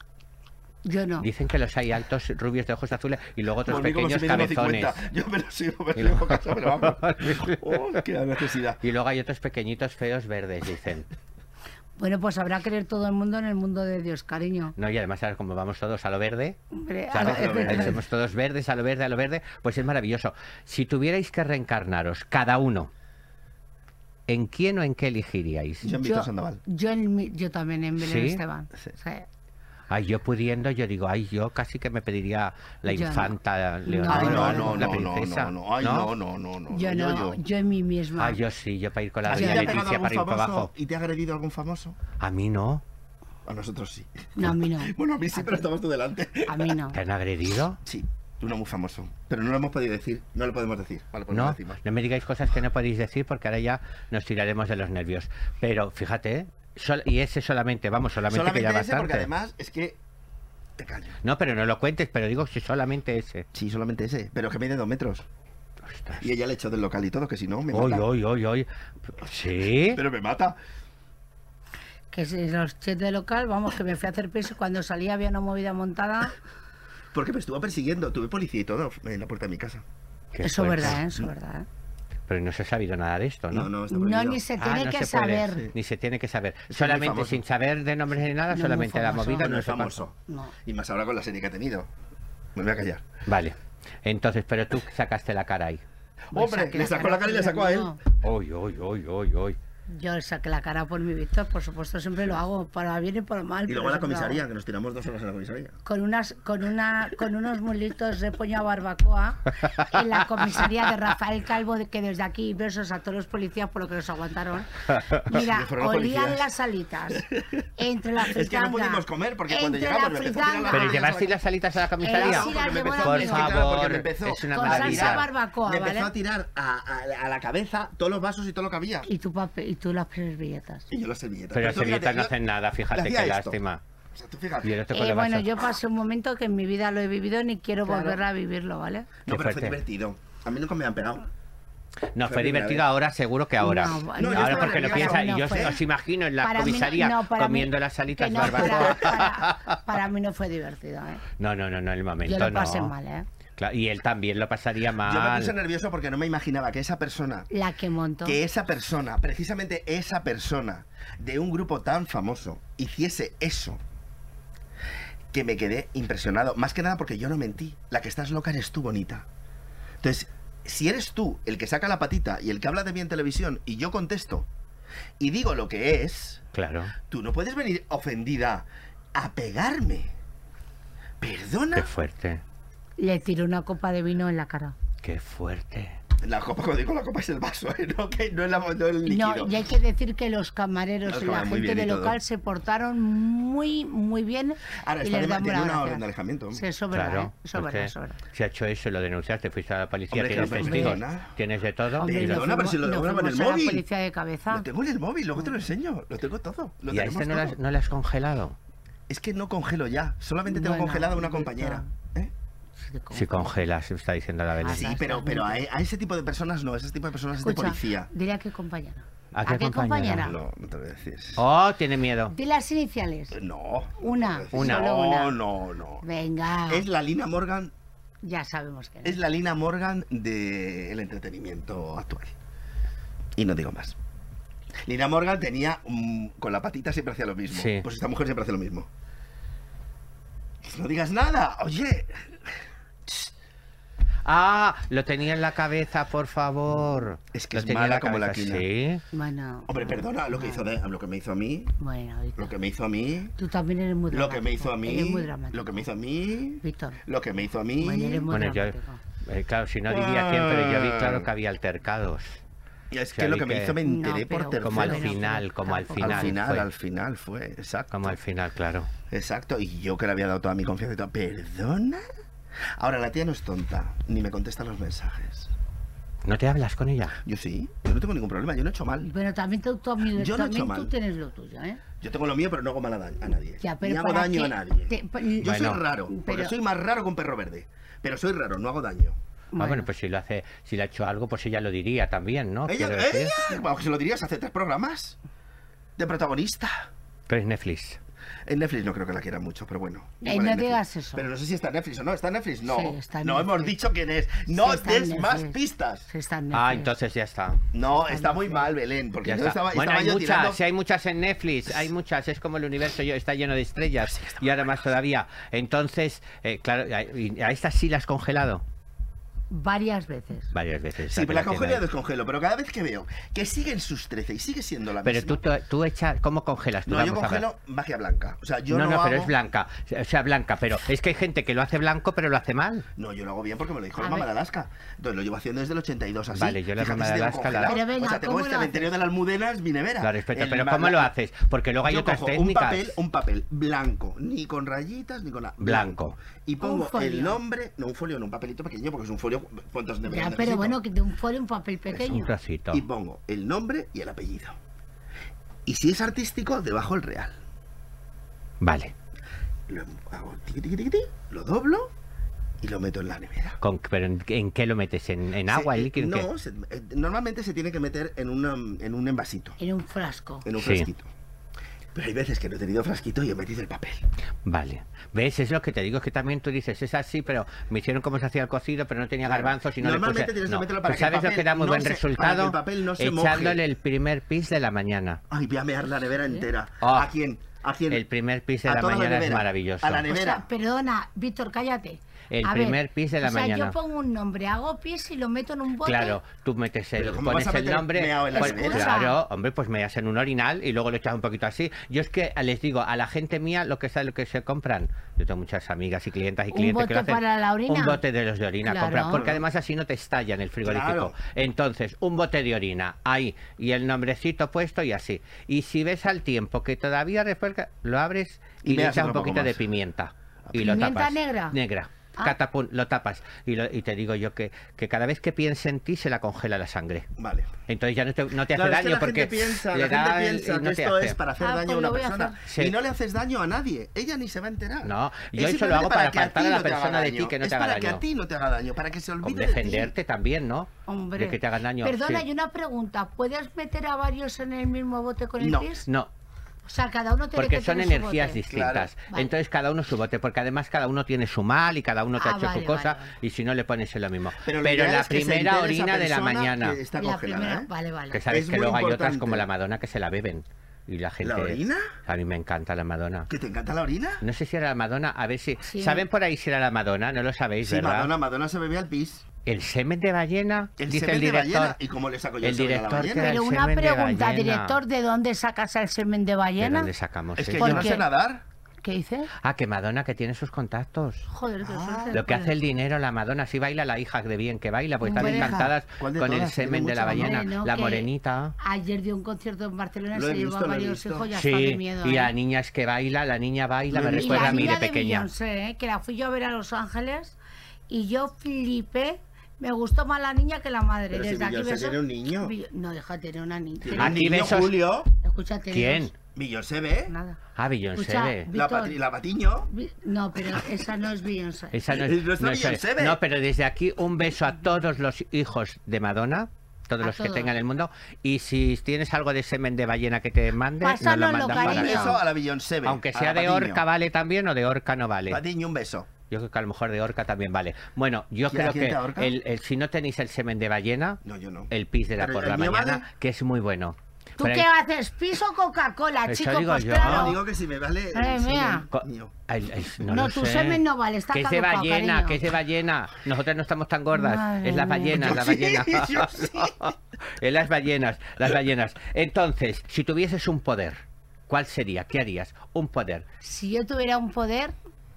Yo no. Dicen que los hay altos, rubios de ojos azules y luego otros Por mí como pequeños si me diera cabezones. cincuenta. Yo me lo sigo, me Y lo llevo luego- a casa, pero vamos. Oh, qué necesidad. Y luego hay otros pequeñitos feos verdes, dicen. Bueno, pues habrá que leer todo el mundo en el mundo de Dios, cariño. No, y además, ahora como vamos todos a lo verde, Hombre, ¿sabes? a lo- Eh, Somos todos verdes, a lo verde, a lo verde, pues es maravilloso. Si tuvierais que reencarnaros, cada uno, ¿en quién o en qué elegiríais? Yo en Víctor Sandoval. yo, en mi- yo también en Belén ¿Sí? Esteban. Sí. Sí. Ay, yo pudiendo, yo digo, ay, yo casi que me pediría la Yo no. infanta Leonor, Ay, No, no, algo, no, la no, no, princesa. no, no, ay, no, no, no, no. Yo no, yo. yo en mí misma. Ah, yo sí, yo para ir con la ¿A ti doña te ha pegado Leticia algún para ir para famoso abajo. y te ha agredido algún famoso? A mí no. A nosotros sí. No, a mí no. Bueno, a mí sí, pero estabas tú delante. A mí no. ¿Te han agredido? Sí, uno muy famoso. Pero no lo hemos podido decir, no lo podemos decir. Vale, pues no, lo No, decimos. no me digáis cosas que no podéis decir porque ahora ya nos tiraremos de los nervios. Pero fíjate, sol- y ese solamente, vamos, solamente, Solamente que ya ese, bastante. porque además es que... Te callo. No, pero no lo cuentes, pero digo si solamente ese. Sí, solamente ese, pero que mide dos metros. Ostras. Y ella le echó del local y todo, que si no, me Oy, mata. oy, oy, oy. ¿Sí? Pero me mata. Que si los chefs de local, vamos, que me fui a hacer peso y cuando salía había una movida montada. Porque me estuvo persiguiendo. Tuve policía y todo en la puerta de mi casa. Qué Eso es fuerte. verdad, ¿eh? Eso es verdad. ¿eh? Pero no se ha sabido nada de esto, ¿no? No, no, está No, prohibido. ni se Ah, tiene no que se puede, saber. sí. Ni se tiene que saber. muy Solamente famoso. sin saber de nombres ni nada, No, muy solamente la famoso. movida No no es sé famoso. No. Y más ahora con la serie que ha tenido. Me voy a callar. Vale. Entonces, pero tú sacaste la cara ahí. Pues Hombre, saqué le sacó la cara y le sacó a él. no. Oy, oy, oy, oy, oy. Yo saqué la cara por mi Víctor, por supuesto, siempre lo hago, para bien y por mal. Y luego a la pero siempre lo comisaría, hago. que nos tiramos dos horas en la comisaría. Con, unas, con, una, con unos mulitos de poña barbacoa en la comisaría de Rafael Calvo, de que desde aquí besos a todos los policías por lo que nos aguantaron. Mira, Que fueron los olían policías. las alitas entre la fritanga. Es que no pudimos comer, porque cuando entre llegamos la me empezó a tirar la- fritanga, ¿Pero llevaste las alitas a la comisaría? Eh, No, sí, porque las me llevó empezó, el es que amigo. claro, porque Por me empezó favor, es una con a maravilla. salsa tirar- barbacoa, me empezó ¿vale? a tirar a, a- a la cabeza todos los vasos y todo lo que había. Y tu papel, y tú las servilletas. Y yo las servilletas. Pero las tú fíjate, servilletas no yo- hacen nada, fíjate, le qué hacía esto. lástima. O sea, tú fíjate. Y el otro con Eh, el bueno, vaso. yo pasé un momento que en mi vida lo he vivido ni quiero Claro. volver a vivirlo, ¿vale? No, Qué pero fue fuerte. divertido. A mí nunca me han pegado. No, Fue fue primera divertido vez. ahora, seguro que ahora. No, no, yo ahora estaba porque lo nervioso. piensa y No yo fue. os imagino en la Para mí no- comisaría no, para mí- comiendo las salitas que no, barbacoa. para, para- para mí no fue divertido, ¿eh? No, no, no, no, en el momento Yo lo pasé no. mal, ¿eh? Claro, y él también lo pasaría mal. Yo me puse nervioso porque no me imaginaba que esa persona, La que montó. que esa persona, precisamente esa persona de un grupo tan famoso, hiciese eso. Que me quedé impresionado. Más que nada porque yo no mentí. La que estás loca eres tú, bonita. Entonces, si eres tú el que saca la patita y el que habla de mí en televisión y yo contesto y digo lo que es, Claro. tú no puedes venir ofendida a pegarme. Qué Perdona. fuerte. Le tiró una copa de vino en la cara. Qué fuerte. La copa, cuando digo la copa es el vaso, ¿eh? no, que no, es la, no el líquido. No, y hay que decir que los camareros Los y la camareros muy gente bien y del todo. local se portaron muy, muy bien. Ahora, y está les de- damos tenía las una gracias. orden de alejamiento. Sí, eso es verdad, Claro. ¿eh? Eso es porque verdad, eso es verdad. se ha hecho eso, lo denunciaste, fuiste a la policía, Hombre, tienes pero testigos, perdona. tienes de todo. Hombre, y nos lo- Perdona, pero si lo fuimos- tengo nos en el fuimos a la móvil. policía de cabeza. Lo tengo en el móvil, luego te lo enseño. Lo tengo todo. Lo y a tenemos este no le, todo. has, no le has congelado. Es que no congelo ya. Solamente tengo Bueno, congelada una Víctor. compañera. ¿Eh? Sí, ¿cómo? Si congelas, está diciendo la Belén. Ah, Sí, está pero, bien. pero a, a ese tipo de personas no. Ese tipo de personas es de Escucha, policía. dile a qué compañera. ¿A qué compañera? No, no te voy a decir. Oh, tiene miedo. Di las iniciales. No. Una, no te voy a decir. una. solo una. No, no, no. Venga. Es la Lina Morgan. Ya sabemos que no. Es la Lina Morgan del entretenimiento actual. Y no digo más. Lina Morgan tenía mm, con la patita siempre hacía lo mismo. Sí. Pues esta mujer siempre hace lo mismo. No digas nada, oye. Ah, lo tenía en la cabeza, por favor. Es que Lo es tenía en mala como la cabeza, quina. Sí. Bueno. Hombre, perdona, lo que hizo de- lo que me hizo a mí, Bueno, Víctor. lo que me hizo a mí, Tú también eres muy lo dramático. que me hizo a Eres muy mí, dramático. lo que me hizo a mí, Víctor. lo que me hizo a mí. Bueno, eres muy Bueno, yo, dramático. eh, claro, si no diría quién, pero yo vi claro que había altercados. Y es O que sea, lo vi que me que- hizo me enteré No, pero- por tercero. Como al Bueno, final, pero como al tampoco- final. al final, fue. al final fue, exacto. Como al final, claro. Exacto, y yo que le había dado toda mi confianza y todo. ¿Perdona? Ahora, la tía no es tonta, ni me contesta los mensajes. ¿No te hablas con ella? Yo sí, yo no tengo ningún problema, yo no he hecho mal. Pero también, tú, tú, también Yo no he hecho tú mal. tienes lo tuyo, ¿eh? Yo tengo lo mío, pero no hago mal a, da- a nadie. Ya, pero ni hago para daño que a nadie. te- pa- Yo Bueno, soy raro, porque pero- soy más raro que un perro verde. Pero soy raro, no hago daño. Ah, bueno, pues si lo hace, si le ha hecho algo, pues ella lo diría también, ¿no? Ella, Quiero decir. ella, vamos, que se lo dirías, hace tres programas de protagonista. Pero es Netflix. En Netflix no creo que la quieran mucho, pero bueno. Eh, igual no en Netflix. digas eso. Pero no sé si está en Netflix o no. ¿Está en Netflix? No. Sí, está en no hemos Netflix. dicho quién es. No Sí, está en des más Netflix. pistas. Sí, está en Ah, Netflix. entonces ya está. No, Está en está muy Netflix. mal, Belén. Porque Ya yo está. estaba, Bueno, estaba hay yo muchas, tirando... si hay muchas en Netflix, hay muchas, es como el universo yo, está lleno de estrellas y ahora más todavía. Entonces, eh, claro, a, y a estas sí las has congelado Varias veces. varias veces. Sí, o sea, pero la que no congelo y tiene- la descongelo. Pero cada vez que veo que siguen sus trece y sigue siendo la Pero misma... tú, tú, tú echas, ¿cómo congelas? Tú, No, yo vamos a ver. congelo magia blanca. O sea, yo no, no, no, pero hago- es blanca, o sea, blanca, pero es que hay gente que lo hace blanco, pero lo hace mal. No, yo lo hago bien porque me lo dijo A la mamá ver. de Alaska. Entonces lo llevo haciendo desde el ochenta y dos así. Vale, yo la Fíjate mamá si de tengo Alaska la- congelado. Pero venga, o sea, tengo ¿cómo este lo cementerio de la Almudena, es mi nevera. Claro, respecto, El pero ma- ¿cómo la- lo haces? Porque luego hay Yo otras cojo un técnicas. papel, un papel blanco, ni con rayitas ni con nada. Blanco. Y pongo folio. el nombre, no un folio, no un papelito pequeño, porque es un folio. ¿Cuántos de Ya, verdad pero necesito? bueno, que de un folio un papel Es pequeño. un trocito. Y pongo el nombre y el apellido. Y si es artístico, debajo el real. Vale. Lo hago tiqui, tiqui, tiqui, tiqui, lo doblo y lo meto en la nevera. Con- ¿Pero en, en qué lo metes? ¿En, en agua, Se- en eh, líquido? ¿En qué? No, se- eh, normalmente se tiene que meter en, una, en un envasito, En un frasco. en un Sí. frasquito. Pero hay veces que no he tenido frasquito y he metido el papel. Vale. ¿Ves? Es lo que te digo, que también tú dices, es así, pero me hicieron como se hacía el cocido, pero no tenía Claro. garbanzos y no Normalmente le puse... tienes que No. meterlo para Pues que el ¿sabes lo papel que da muy no buen se- resultado? para que el papel no se moje. Echándole el primer pis de la mañana. Ay, voy a mear la nevera entera. Ah. ¿A quién? ¿A quién? El primer pis de A la toda la mañana es nevera. maravilloso. A la O sea, nevera. perdona, Víctor, cállate. El A primer ver, pis de la o sea, mañana. yo pongo un nombre, hago pis y lo meto en un bote. Claro, tú metes el, Pero ¿cómo pones vas a el meter nombre, meao en la pues, nevera? claro, hombre, pues meas en un orinal y luego lo echas un poquito así. Yo es que les digo a la gente mía lo que sabe lo que se compran. Yo tengo muchas amigas y clientas y ¿Un clientes que lo bote hacen. para la orina? Un bote de los de orina Claro. compran, porque además así no te estalla en el frigorífico. Claro. Entonces, un bote de orina ahí y el nombrecito puesto y así. Y si ves al tiempo que todavía refresca, lo abres y, Y le meas echas un otro poco poquito de más. pimienta y lo ¿Pimienta tapas. negra? Negra. Ah. Catapum, lo tapas y, lo- y te digo yo que, que cada vez que piense en ti se la congela la sangre. Vale. Entonces ya no te, no te hace Claro, es que daño la porque gente piensa, le la gente da el- piensa y no que te esto hace. es para hacer Ah, daño pues a una lo voy a persona. hacer. Sí. Y no le haces daño a nadie. Ella ni se va a enterar. No, Es yo eso lo simplemente hago para que a apartar ti a la no te haga persona de ti daño. que no es te haga para que daño. a ti no te haga daño, para que se olvide Hombre, de ti. defenderte también, ¿no? Hombre. De que te hagan daño. Perdona, sí. hay una pregunta. ¿Puedes meter a varios en el mismo bote con el No. pis? No, O sea, cada uno tiene porque que son tener su energías bote. distintas. Claro. Vale. Entonces cada uno su bote, porque además cada uno tiene su mal y cada uno te Ah, ha hecho vale, su cosa vale, vale. y si no le pones en lo mismo. Pero, Pero, lo ideal la es que se primera entere esa orina de la persona mañana, que está La congelada, primera, ¿eh? vale, vale. que sabes Es que muy luego hay otras importante. como la Madonna que se la beben y la gente. ¿La orina? A mí me encanta la Madonna. ¿Que te encanta la orina? No sé si era la Madonna, a ver si... Sí. ¿Saben por ahí si era la Madonna? No lo sabéis, Sí, ¿verdad? Madonna, Madonna se bebía el pis. El semen de ballena, El dice semen el de director. ballena. ¿Y cómo le saco yo el, el semen a la director que ballena? era Pero el una semen de pregunta, ballena. director, ¿de dónde sacas el semen de ¿De ballena? dónde sacamos Es que eso? yo no Porque- sé nadar. ¿Qué dice? Ah, que Madonna que tiene sus contactos. Joder, qué suerte. Lo que Joder. hace el dinero, la Madonna, sí baila la hija de bien que baila, pues están Hombre. encantadas ¿Cuál de con el todas? Tiene semen de la mucho, ballena. Hombre, ¿no? La Que morenita. Ayer dio un concierto en Barcelona y Lo he se llevó visto, a lo he varios visto. hijos, ya está de Sí, miedo. y ¿eh? la niña es que baila, la niña baila, Lo he me visto. Y recuerda la a mí niña de pequeña. Beyoncé, ¿eh? Que la fui yo a ver a Los Ángeles y yo flipé. Me gustó más la niña que la madre. Pero si Desde aquí Beyoncé besos- tiene un niño. Bi- No, deja tener una niña. Tiene Aquí un niño, besos. Julio. Escúchate. ¿Quién? Beyoncé ve. Nada. Ah, Beyoncé. Escucha, ve. La, Víctor. Patri- la Patiño. Vi- No, pero esa no es Beyoncé. Esa no No es, está no es- Beyoncé, ve. no, pero desde aquí un beso a todos los hijos de Madonna, todos A los que todos. tengan el mundo. Y si tienes algo de semen de ballena que te mande, nos lo Pásanoslo, mandas para Un cariño. acá. beso a la Beyoncé ve. Aunque a sea la de Patiño. orca vale también o de orca no vale. Patiño, un beso. Yo creo que a lo mejor de orca también vale. Bueno, yo ¿Quién- creo quién que te ahorca? el, el- si no tenéis el semen de ballena, No, yo no. el pis de la Pero por el la mío mañana, vale. que es muy bueno. ¿Tú Pero qué hay- haces? ¿Piso o Coca-Cola, Eso chico? digo Pues yo. claro. No, digo que si me vale. Madre el semen mía. Co- mío. Ay, ay, no, No, lo tu sé. semen no vale, está Que es de caducado, ballena, cariño. que es de ballena. Nosotras no estamos tan gordas. Madre es las mía. ballenas, Yo las sí, ballenas. yo sí. Es las ballenas, las ballenas. Entonces, si tuvieses un poder, ¿cuál sería? ¿Qué harías? Un poder. Si yo tuviera un poder,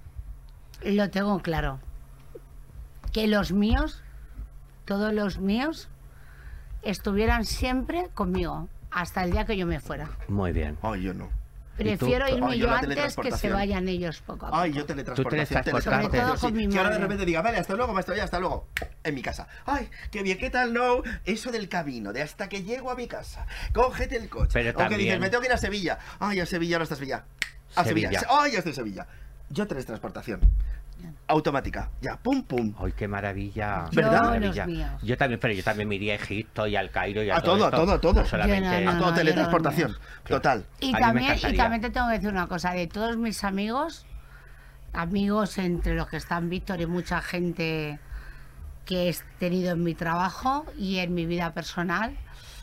lo tengo claro. Que los míos, todos los míos, estuvieran siempre conmigo, hasta el día que yo me fuera. Muy bien. Ay, yo no. Prefiero tú? irme Ay, yo yo la antes que se teletransportación. vayan ellos poco a poco. Ay, yo teletransportación. teletransportarte. Sobre todo sí. con mi Que ahora de madre. repente diga, vale, hasta luego, maestro, ya, hasta luego. En mi casa. Ay, qué bien, ¿qué tal? No. Eso del camino, de hasta que llego a mi casa. Cógete el coche. Pero o que dices, también- me tengo que ir a Sevilla. Ay, a Sevilla, ahora está Sevilla. A Sevilla. Sevilla. Ay, ya estoy en Sevilla. Yo teletransportación. Automática. Ya, pum, pum. Ay, qué maravilla. Yo, ¿Verdad? los Maravilla. míos. Yo también, pero yo también me iría a Egipto y al Cairo y a, A todo, a esto. todo, a todo. No solamente... Yo no, A no. todo yo teletransportación. no. Total. Y A mí me también, y encantaría. también te tengo que decir una cosa, de todos mis amigos, amigos entre los que están Víctor y mucha gente que he tenido en mi trabajo y en mi vida personal,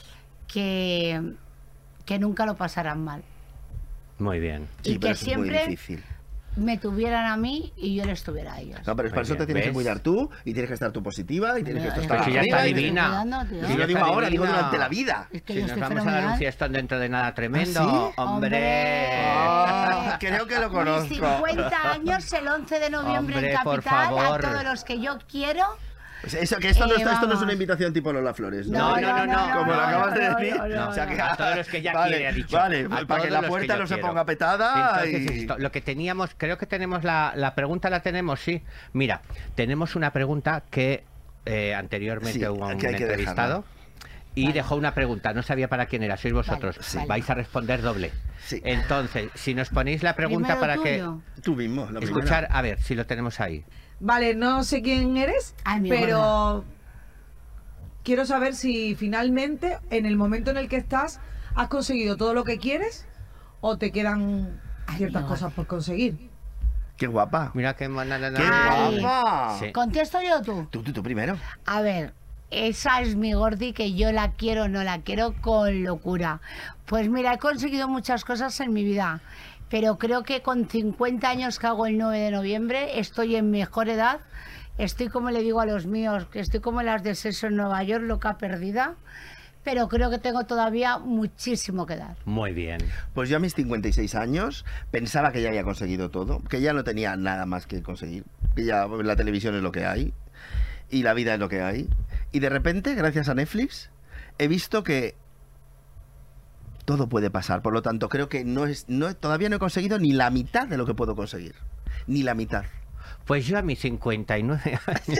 que, que nunca lo pasarán mal. Muy bien. Y Sí, pero que eso es muy siempre difícil. me tuvieran a mí y yo les tuviera a ellos. No, pero es para Muy eso te bien, tienes que ¿ves? cuidar tú y tienes que estar tú positiva y tienes que Pero estar si ya está arriba y- divina. Cuidando, tío. Si Sí, no ya digo está ahora, digo divina. durante la vida. Es que Si yo nos estoy vamos a dar un fenomenal. fiestón dentro de nada tremendo. ¿Ah, sí? ¡Hombre! Ah, creo que lo Mis conozco. cincuenta años el once de noviembre Hombre, en por Capital, favor. a todos los que yo quiero. O sea, eso, que esto, no, Eh, está, esto no es una vamos. invitación tipo Lola Flores. No, no, no, no. Como lo no, acabas de no, decir. no, no, o sea, que, A todos los que ya vale, quiere, ha dicho. Vale, A para todos que la los puerta yo no se quiero. ponga petada. Entonces, y- esto, lo que teníamos, creo que tenemos la, la pregunta, la tenemos, sí. Mira, tenemos una pregunta que eh, anteriormente Sí, hubo un que hay que entrevistado y Vale. dejó una pregunta. No sabía para quién era, sois vosotros. Vale, vale. Vais a responder doble. Sí. Entonces, si nos ponéis la pregunta Primero para tuyo. Tú mismo, la que escuchar, primera. a ver si lo tenemos ahí. Vale, no sé quién eres, Ay, mi pero quiero saber si finalmente, en el momento en el que estás, has conseguido todo lo que quieres o te quedan Ay, ciertas mi cosas por conseguir. Qué guapa. Mira qué mona. Qué Ay. guapa. Sí. ¿Contesto yo o tú? Tú, tú, tú primero. A ver, esa es mi Gordi que yo la quiero, no la quiero con locura. Pues mira, he conseguido muchas cosas en mi vida. pero creo que con cincuenta años que hago el nueve de noviembre estoy en mejor edad. Estoy, como le digo a los míos, que estoy como las de Sexo en Nueva York, loca perdida, pero creo que tengo todavía muchísimo que dar. Muy bien. Pues yo a mis cincuenta y seis años pensaba que ya había conseguido todo, que ya no tenía nada más que conseguir, que ya la televisión es lo que hay y la vida es lo que hay. Y de repente, gracias a Netflix, he visto que todo puede pasar. Por lo tanto, creo que no es, no, todavía no he conseguido ni la mitad de lo que puedo conseguir. Ni la mitad. Pues yo a mis cincuenta y nueve años.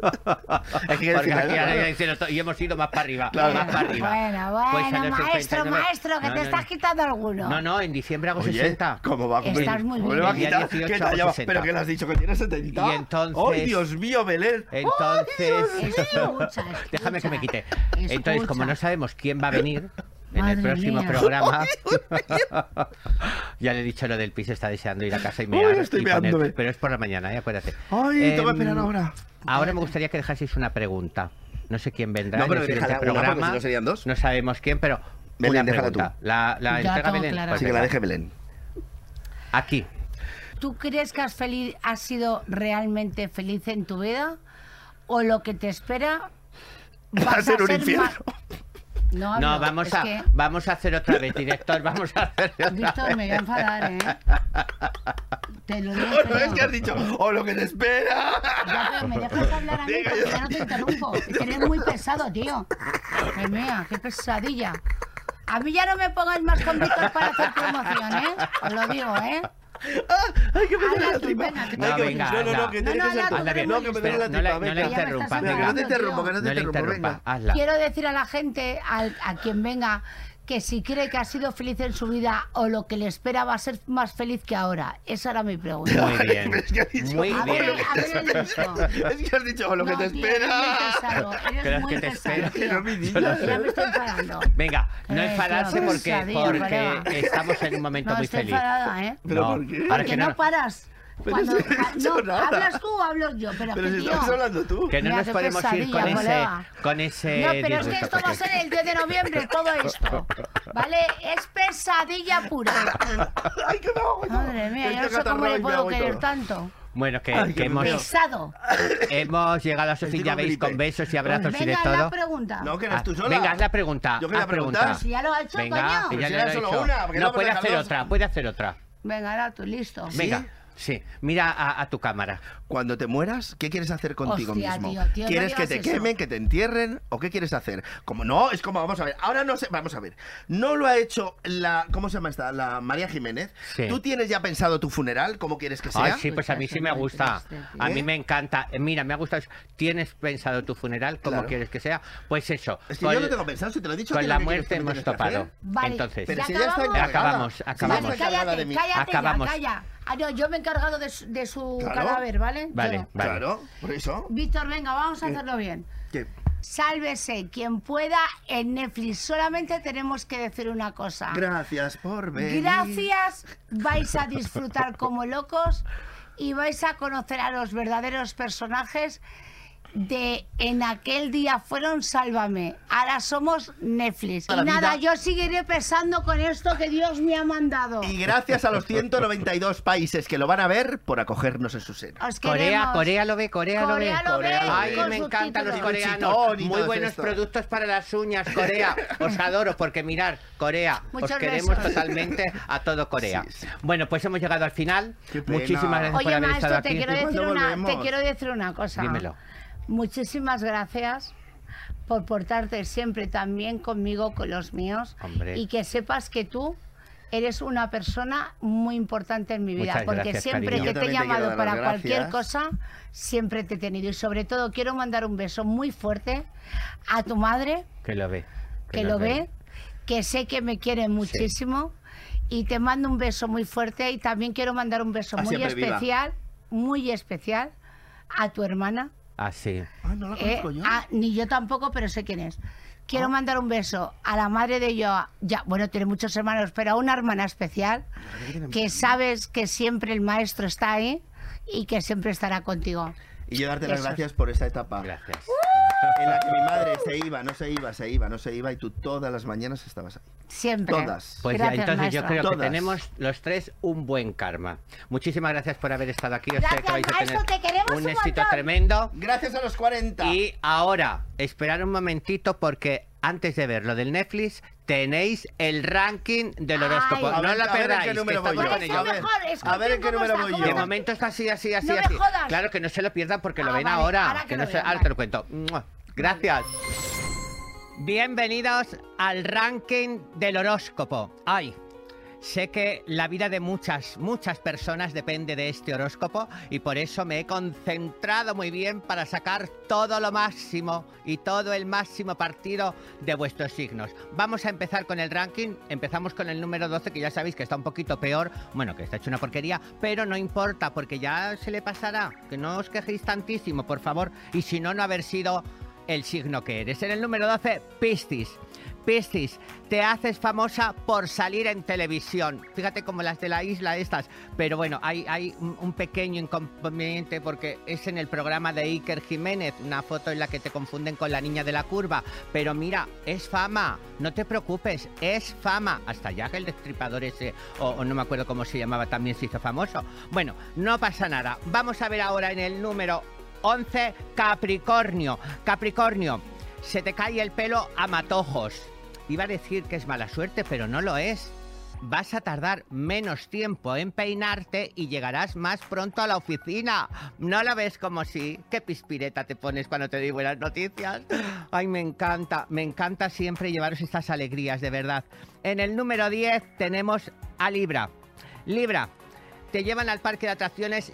Es que al Porque final, aquí ahora claro. ya dicen otro- y hemos ido más para arriba. Claro. Más para arriba. Bueno, bueno, Pues a los maestro, cincuenta y nueve maestro, que No, te no, estás no. quitando alguno. No, no, en diciembre hago Oye, sesenta. ¿cómo va a cumplir? Estás muy ¿Cómo bien. le va a El día quitar? dieciocho ¿Qué hago tal? Ya va- sesenta. ¿Pero qué le has dicho? ¿Que tienes setenta? Y entonces- ¡Ay, Dios mío, Belén! Entonces, Escucha, déjame que me quite. escucha. Entonces, como no sabemos quién va a venir en el Madre próximo mía. programa, ya le he dicho lo del piso, está deseando ir a casa y Uy, mear. estoy y poner- meándome. pero es por la mañana, ¿eh? Acuérdate. ¡Ay, te voy a Em, esperar ahora! Ahora me gustaría que dejaseis una pregunta. No sé quién vendrá No, en pero el siguiente déjala una, porque programa. si no serían dos. No sabemos quién, pero Belén, una déjala pregunta. tú. La, la Ya entrega tengo Belén. clara. Pues Así que la venga. deje Belén. Aquí. ¿Tú crees que has, feliz, has sido realmente feliz en tu vida? ¿O lo que te espera Va a ser un infierno. más- No, No, no, vamos es a, que, vamos a hacer otra vez, director. Vamos a hacer otra Víctor, vez. me voy a enfadar, ¿eh? Te lo digo. Oh, no, pero- es que has dicho, ¡oh, lo que te espera! Ya, pero me dejas hablar a mí Venga, porque ya. ya no te interrumpo. Es que eres muy pesado, tío. Ay, mía, qué pesadilla. A mí ya no me pongáis más con Víctor para hacer promoción, ¿eh? Os lo digo, ¿eh? ¡Ay, que me duele Habla la tú, tripa! venga, que No, te- Ay, que- venga, no, no, anda. no, que No, tiene no, que ser habla tú. tú, Hazla bien. No, que me duele Espera, la no la- tripa, no la venga. interrumpa, Ya me venga. Que no te estás interrumpo, que no te No le interrumpo, interrumpa, venga. hazla. Quiero decir a la gente, al- a quien venga, que si cree que ha sido feliz en su vida o lo que le espera va a ser más feliz que ahora. Esa era mi pregunta. Muy bien. Pero es que has dicho, Muy A bien. ver, a ver el listo. Es que has dicho, ¡oh, lo que No, te tío, eres muy espera! pesado, eres Pero es muy que te pesado, espera. tío. Que no me digas. Yo lo sé. Ya me estoy enfadando. Venga, no Eh, enfadarse qué porque, pesadilla, porque colega. estamos en un momento No, muy estoy feliz. enfadada, ¿eh? ¿Pero No, por qué? ahora Que que no no, paras. Pero Cuando, si no he ah, hecho no, nada. hablas tú o hablo yo, pero, Pero que, si tío, estás hablando tú. que no Mira, nos qué podemos ir con pesadilla, ese, colega. con ese No, pero es que disgusto, esto va a porque- ser el diez de noviembre, todo esto. ¿Vale? Es pesadilla pura. ¡Ay, que me hago! Madre mía, yo no sé cómo le puedo querer tanto. Bueno, que, Ay, que qué hemos, feo. Pesado. hemos llegado a su Estoy fin, ya con veis, gripe. con besos y abrazos y de Venga, todo. la pregunta. No, que eres Ah, tú sola. Venga, haz la pregunta. Yo quería haz preguntar. pregunta. Si ya lo ha hecho, Venga, coño. que ya Si lo era he solo hecho. una, porque No, no puede podemos hacer dejar otra, dos. puede hacer otra. Venga, ahora tú, listo. Venga, sí, mira a, a tu cámara. Cuando te mueras, ¿qué quieres hacer contigo Hostia, mismo? tío, tío, no ¿Quieres que digas te eso. quemen, que te entierren o qué quieres hacer? Como no, es como vamos a ver. Ahora no sé, vamos a ver. No lo ha hecho la ¿cómo se llama esta? La María Jiménez. Sí. ¿Tú tienes ya pensado tu funeral? ¿Cómo quieres que sea? Ay, sí, pues a mí sí me gusta. A mí ¿Eh? me encanta. Eh, Mira, me ha gustado. ¿Tienes pensado tu funeral? ¿Cómo Claro. quieres que sea? Pues eso. Es que con- yo lo tengo pensado, si te lo he dicho. Con ¿qué es la lo que quieres muerte que me hemos tienes que topado. hacer? Vale, Entonces, Pero ¿ya si ya está acabamos? encargada. Acabamos, Si ya acabamos. está encargada Cállate, de mí. cállate, ya, Acabamos. calla. Ah, no, yo me he encargado de su, de su Claro. cadáver, ¿vale? Vale, Yo. vale. Claro, por eso. Víctor, venga, vamos a hacerlo bien. ¿Qué? Sálvese quien pueda en Netflix. Solamente tenemos que decir una cosa. Gracias por venir. Gracias, vais a disfrutar como locos y vais a conocer a los verdaderos personajes de En aquel día fueron Sálvame. Ahora somos Netflix. A la Y nada, vida. yo seguiré pesando con esto que Dios me ha mandado. Y gracias a los ciento noventa y dos países que lo van a ver por acogernos en su seno. Os Corea, queremos. Corea lo ve, Corea, Corea lo lo ve. ve, Ay, con me encantan los subtítulos. coreanos. Chitón y Muy todo buenos esto. productos para las uñas, Corea. Os adoro porque mirar, Corea, Muchos os queremos besos. totalmente a todo Corea. Sí, sí. Bueno, pues hemos llegado al final. Qué pena. Muchísimas gracias por Oye, haber estado maestro, aquí. te quiero, ¿Y decir cuándo una, volvemos? te quiero decir una cosa. Dímelo. Muchísimas gracias por portarte siempre tan bien conmigo, con los míos. Hombre. Y que sepas que tú eres una persona muy importante en mi vida. Muchas porque gracias, siempre cariño. que Yo te he también te quiero llamado dar para las cualquier gracias. cosa, siempre te he tenido. Y sobre todo quiero mandar un beso muy fuerte a tu madre, Que lo ve. que nos lo ve, que sé que me quiere muchísimo. Y te mando un beso muy fuerte y también quiero mandar un beso Ah, muy siempre viva. especial, muy especial a tu hermana. Ah, sí. Ah, no la Eh, conozco yo. ah, ni yo tampoco, pero sé quién es. Quiero Ah. mandar un beso a la madre de yo, ya, bueno, tiene muchos hermanos, pero a una hermana especial, que sabes que siempre el maestro está ahí y que siempre estará contigo. Y yo darte las Eso es. gracias por esta etapa. Gracias. en la que mi madre se iba, no se iba, se iba, no se iba y tú todas las mañanas estabas ahí. Siempre. Todas. Pues Gracias, ya, entonces maestro. yo creo Todas. que tenemos los tres un buen karma. Muchísimas gracias por haber estado aquí. Os sé Gracias, que vais a maestro, tener te queremos un un éxito montón. tremendo. Gracias a los cuarenta. Y ahora, esperad un momentito porque antes de ver lo del Netflix, tenéis el ranking del Ay. horóscopo. A No ver- lo a ver en perdáis, qué que número voy estamos yo. con Puede ello. ser ver, mejor, a escorpión, ver en qué ¿cómo número está? voy ¿Cómo yo? De está? momento está así, así, así, No me así. jodas. Claro que no se lo pierdan porque lo Ah, ven vale, ahora. ahora que Que no lo se... vean, Ahora te lo vale. cuento. ¡Mua! Gracias. Bienvenidos al ranking del horóscopo. Ay, sé que la vida de muchas, muchas personas depende de este horóscopo y por eso me he concentrado muy bien para sacar todo lo máximo y todo el máximo partido de vuestros signos. Vamos a empezar con el ranking. Empezamos con el número doce, que ya sabéis que está un poquito peor. Bueno, que está hecho una porquería, pero no importa porque ya se le pasará. Que no os quejéis tantísimo, por favor. Y si no, no haber sido el signo que eres. En el número doce, Piscis. Piscis, te haces famosa por salir en televisión. Fíjate como las de la isla estas. Pero bueno, hay, hay un, un pequeño inconveniente porque es en el programa de Iker Jiménez, una foto en la que te confunden con la niña de la curva. Pero mira, es fama, no te preocupes, es fama. Hasta ya que el destripador ese, o, o no me acuerdo cómo se llamaba, también se hizo famoso. Bueno, no pasa nada. Vamos a ver ahora en el número once, Capricornio. Capricornio, se te cae el pelo a matojos. Iba a decir que es mala suerte, pero no lo es. Vas a tardar menos tiempo en peinarte y llegarás más pronto a la oficina. ¿No la ves como si? ¿Qué pispireta te pones cuando te doy buenas noticias? Ay, me encanta, me encanta siempre llevaros estas alegrías, de verdad. En el número diez tenemos a Libra. Libra, te llevan al parque de atracciones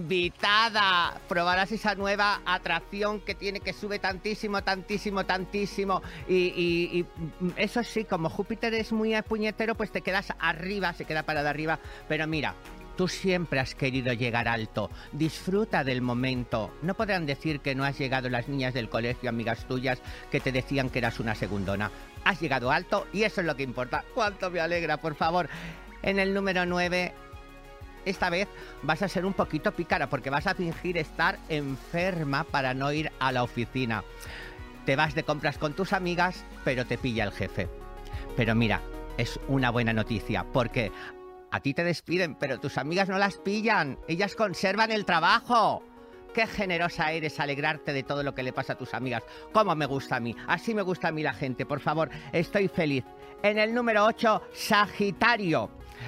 invitada. Probarás esa nueva atracción que tiene que sube tantísimo, tantísimo, tantísimo. Y, y, y eso sí, como Júpiter es muy puñetero, pues te quedas arriba, se queda parada arriba. Pero mira, tú siempre has querido llegar alto. Disfruta del momento. No podrán decir que no has llegado las niñas del colegio, amigas tuyas, que te decían que eras una segundona. Has llegado alto y eso es lo que importa. ¡Cuánto me alegra, por favor! En el número nueve... esta vez vas a ser un poquito pícara porque vas a fingir estar enferma para no ir a la oficina. Te vas de compras con tus amigas, pero te pilla el jefe. Pero mira, es una buena noticia porque a ti te despiden, pero tus amigas no las pillan. Ellas conservan el trabajo. Qué generosa eres alegrarte de todo lo que le pasa a tus amigas. Cómo me gusta a mí. Así me gusta a mí la gente. Por favor, estoy feliz. En el número ocho, Sagitario.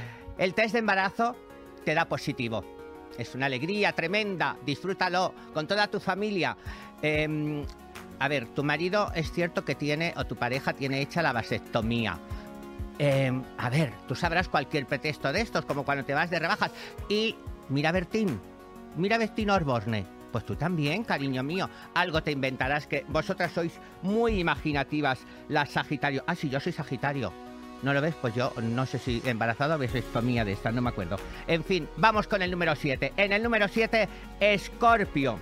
El test de embarazo te da positivo. Es una alegría tremenda. Disfrútalo con toda tu familia. Eh, a ver, tu marido es cierto que tiene, o tu pareja tiene hecha la vasectomía. Eh, a ver, tú sabrás cualquier pretexto de estos, como cuando te vas de rebajas. Y mira Bertín, mira Bertín Osborne. Pues tú también, cariño mío. Algo te inventarás, que vosotras sois muy imaginativas, las Sagitario. Ah, sí, yo soy Sagitario. ¿No lo ves? Pues yo no sé si embarazado o vasectomía de esta, no me acuerdo. En fin, vamos con el número siete. En el número siete, Escorpio.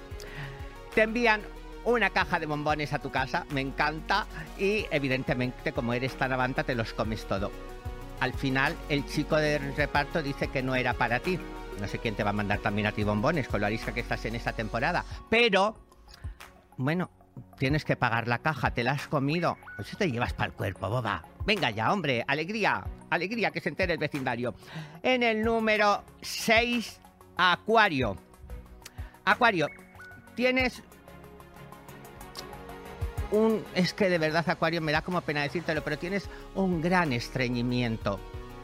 Te envían una caja de bombones a tu casa, me encanta. Y evidentemente, como eres tan avanta, te los comes todo. Al final, el chico del reparto dice que no era para ti. No sé quién te va a mandar también a ti bombones, con lo arisca que estás en esta temporada. Pero, bueno, tienes que pagar la caja, te la has comido. Eso te llevas para el cuerpo, boba. Venga ya, hombre, alegría, alegría, que se entere el vecindario. En el número seis, Acuario. Acuario, tienes un... Es que de verdad, Acuario, me da como pena decírtelo, pero tienes un gran estreñimiento.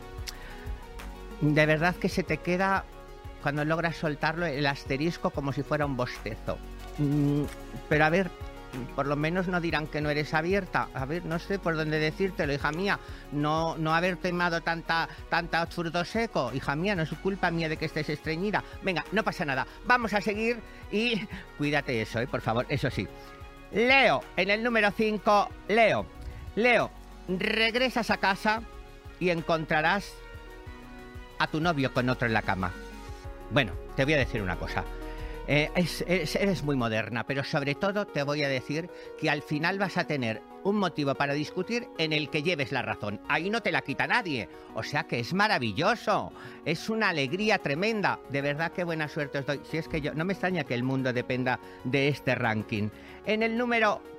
De verdad que se te queda, cuando logras soltarlo, el asterisco como si fuera un bostezo. Mm, pero a ver, por lo menos no dirán que no eres abierta. A ver, no sé por dónde decírtelo, hija mía. No, no haber tomado tanta, tanta fruto seco, hija mía, no es culpa mía de que estés estreñida. Venga, no pasa nada. Vamos a seguir y cuídate eso, ¿eh? Por favor, eso sí. Leo, en el número cinco, Leo. Leo, regresas a casa y encontrarás a tu novio con otro en la cama. Bueno, te voy a decir una cosa. Eh, es, es, eres muy moderna, pero sobre todo te voy a decir que al final vas a tener un motivo para discutir en el que lleves la razón. Ahí no te la quita nadie. O sea que es maravilloso. Es una alegría tremenda. De verdad, qué buena suerte os doy. Si es que yo... No me extraña que el mundo dependa de este ranking. En el número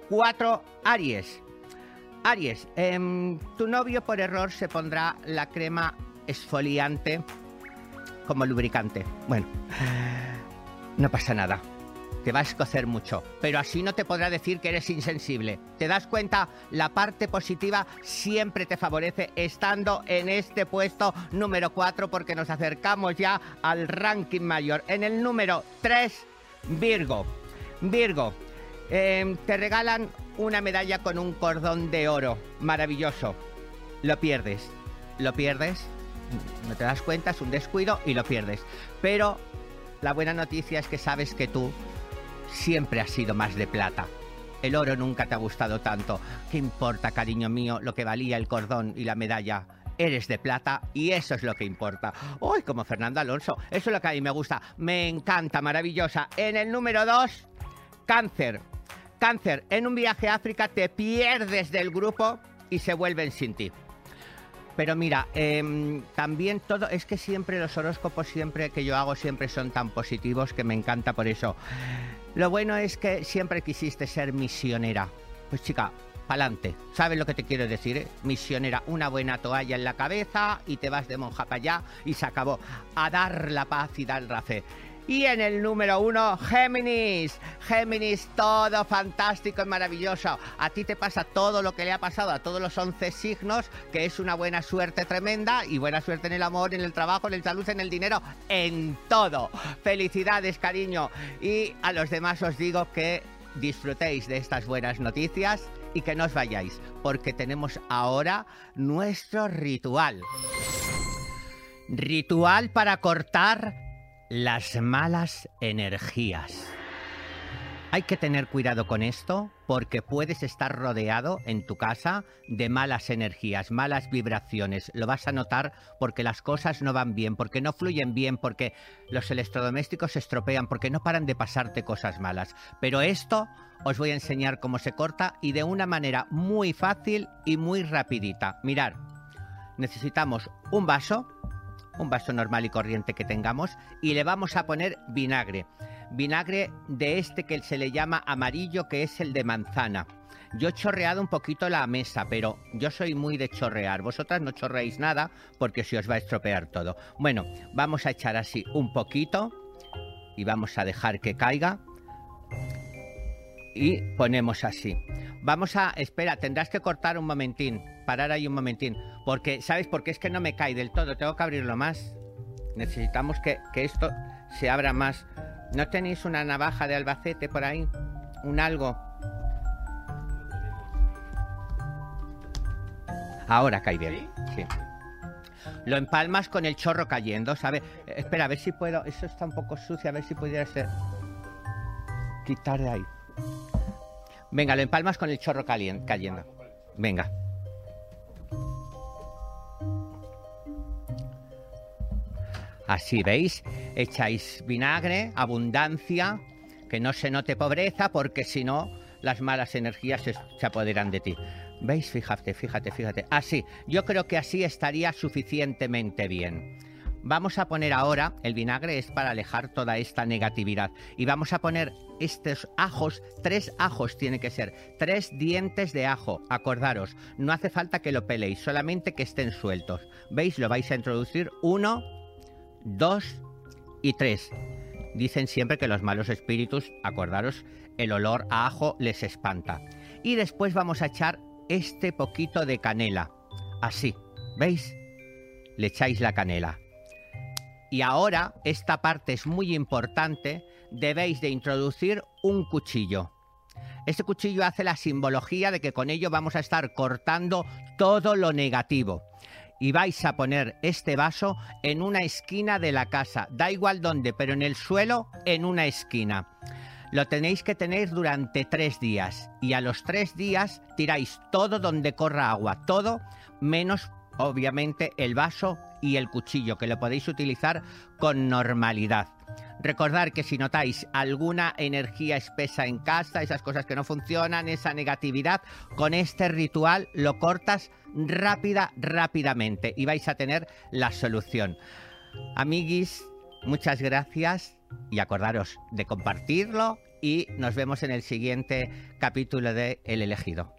cuatro, Aries. Aries, eh, tu novio por error se pondrá la crema exfoliante como lubricante. Bueno, no pasa nada. Te va a escocer mucho, pero así no te podrá decir que eres insensible. ¿Te das cuenta? La parte positiva siempre te favorece estando en este puesto número cuatro, porque nos acercamos ya al ranking mayor. En el número tres, Virgo. Virgo, eh, te regalan una medalla con un cordón de oro. Maravilloso. Lo pierdes. Lo pierdes. No te das cuenta, es un descuido y lo pierdes. Pero la buena noticia es que sabes que tú siempre has sido más de plata. El oro nunca te ha gustado tanto. ¿Qué importa, cariño mío, lo que valía el cordón y la medalla? Eres de plata y eso es lo que importa. ¡Uy, como Fernando Alonso! Eso es lo que a mí me gusta. Me encanta, maravillosa. En el número dos, Cáncer. Cáncer, en un viaje a África te pierdes del grupo y se vuelven sin ti. Pero mira, eh, también todo, es que siempre los horóscopos siempre que yo hago siempre son tan positivos que me encanta por eso. Lo bueno es que siempre quisiste ser misionera. Pues chica, pa'lante. ¿Sabes lo que te quiero decir? Eh? Misionera, una buena toalla en la cabeza y te vas de monja para allá y se acabó. A dar la paz y dar la fe. Y en el número uno, Géminis. Géminis, todo fantástico y maravilloso. A ti te pasa todo lo que le ha pasado a todos los once signos, que es una buena suerte tremenda y buena suerte en el amor, en el trabajo, en el salud, en el dinero, en todo. Felicidades, cariño. Y a los demás os digo que disfrutéis de estas buenas noticias y que no os vayáis, porque tenemos ahora nuestro ritual. Ritual para cortar las malas energías. Hay que tener cuidado con esto porque puedes estar rodeado en tu casa de malas energías, malas vibraciones. Lo vas a notar porque las cosas no van bien, porque no fluyen bien, porque los electrodomésticos se estropean, porque no paran de pasarte cosas malas. Pero esto os voy a enseñar cómo se corta y de una manera muy fácil y muy rapidita. Mirad, necesitamos un vaso, un vaso normal y corriente que tengamos, y le vamos a poner vinagre. Vinagre de este que se le llama amarillo, que es el de manzana. Yo he chorreado un poquito la mesa, pero yo soy muy de chorrear. Vosotras no chorreáis nada porque se os va a estropear todo. Bueno, vamos a echar así un poquito y vamos a dejar que caiga. Y ponemos así. Vamos a... Espera, tendrás que cortar un momentín. Parar ahí un momentín. Porque, ¿sabes? Porque es que no me cae del todo. Tengo que abrirlo más. Necesitamos que, que esto se abra más. ¿No tenéis una navaja de Albacete por ahí? ¿Un algo? Ahora cae bien. Sí. Lo empalmas con el chorro cayendo, ¿sabes? Espera, a ver si puedo... Eso está un poco sucio. A ver si pudiera ser... Quitar de ahí. Venga, lo empalmas con el chorro caliente, cayendo. Venga. Así, ¿veis? Echáis vinagre, abundancia, que no se note pobreza, porque si no, las malas energías se, se apoderan de ti. ¿Veis? Fíjate, fíjate, fíjate. Así, yo creo que así estaría suficientemente bien. Vamos a poner ahora, el vinagre es para alejar toda esta negatividad. Y vamos a poner estos ajos, tres ajos tiene que ser, tres dientes de ajo, acordaros. No hace falta que lo peléis, solamente que estén sueltos. ¿Veis? Lo vais a introducir uno, dos y tres. Dicen siempre que los malos espíritus, acordaros, el olor a ajo les espanta. Y después vamos a echar este poquito de canela. Así, ¿veis? Le echáis la canela. Y ahora, esta parte es muy importante, debéis de introducir un cuchillo. Este cuchillo hace la simbología de que con ello vamos a estar cortando todo lo negativo. Y vais a poner este vaso en una esquina de la casa, da igual dónde, pero en el suelo, en una esquina. Lo tenéis que tener durante tres días y a los tres días tiráis todo donde corra agua, todo menos obviamente el vaso y el cuchillo, que lo podéis utilizar con normalidad. Recordad que si notáis alguna energía espesa en casa, esas cosas que no funcionan, esa negatividad, con este ritual lo cortas rápida, rápidamente y vais a tener la solución. Amiguis, muchas gracias. y acordaros de compartirlo y nos vemos en el siguiente capítulo de El Elegido.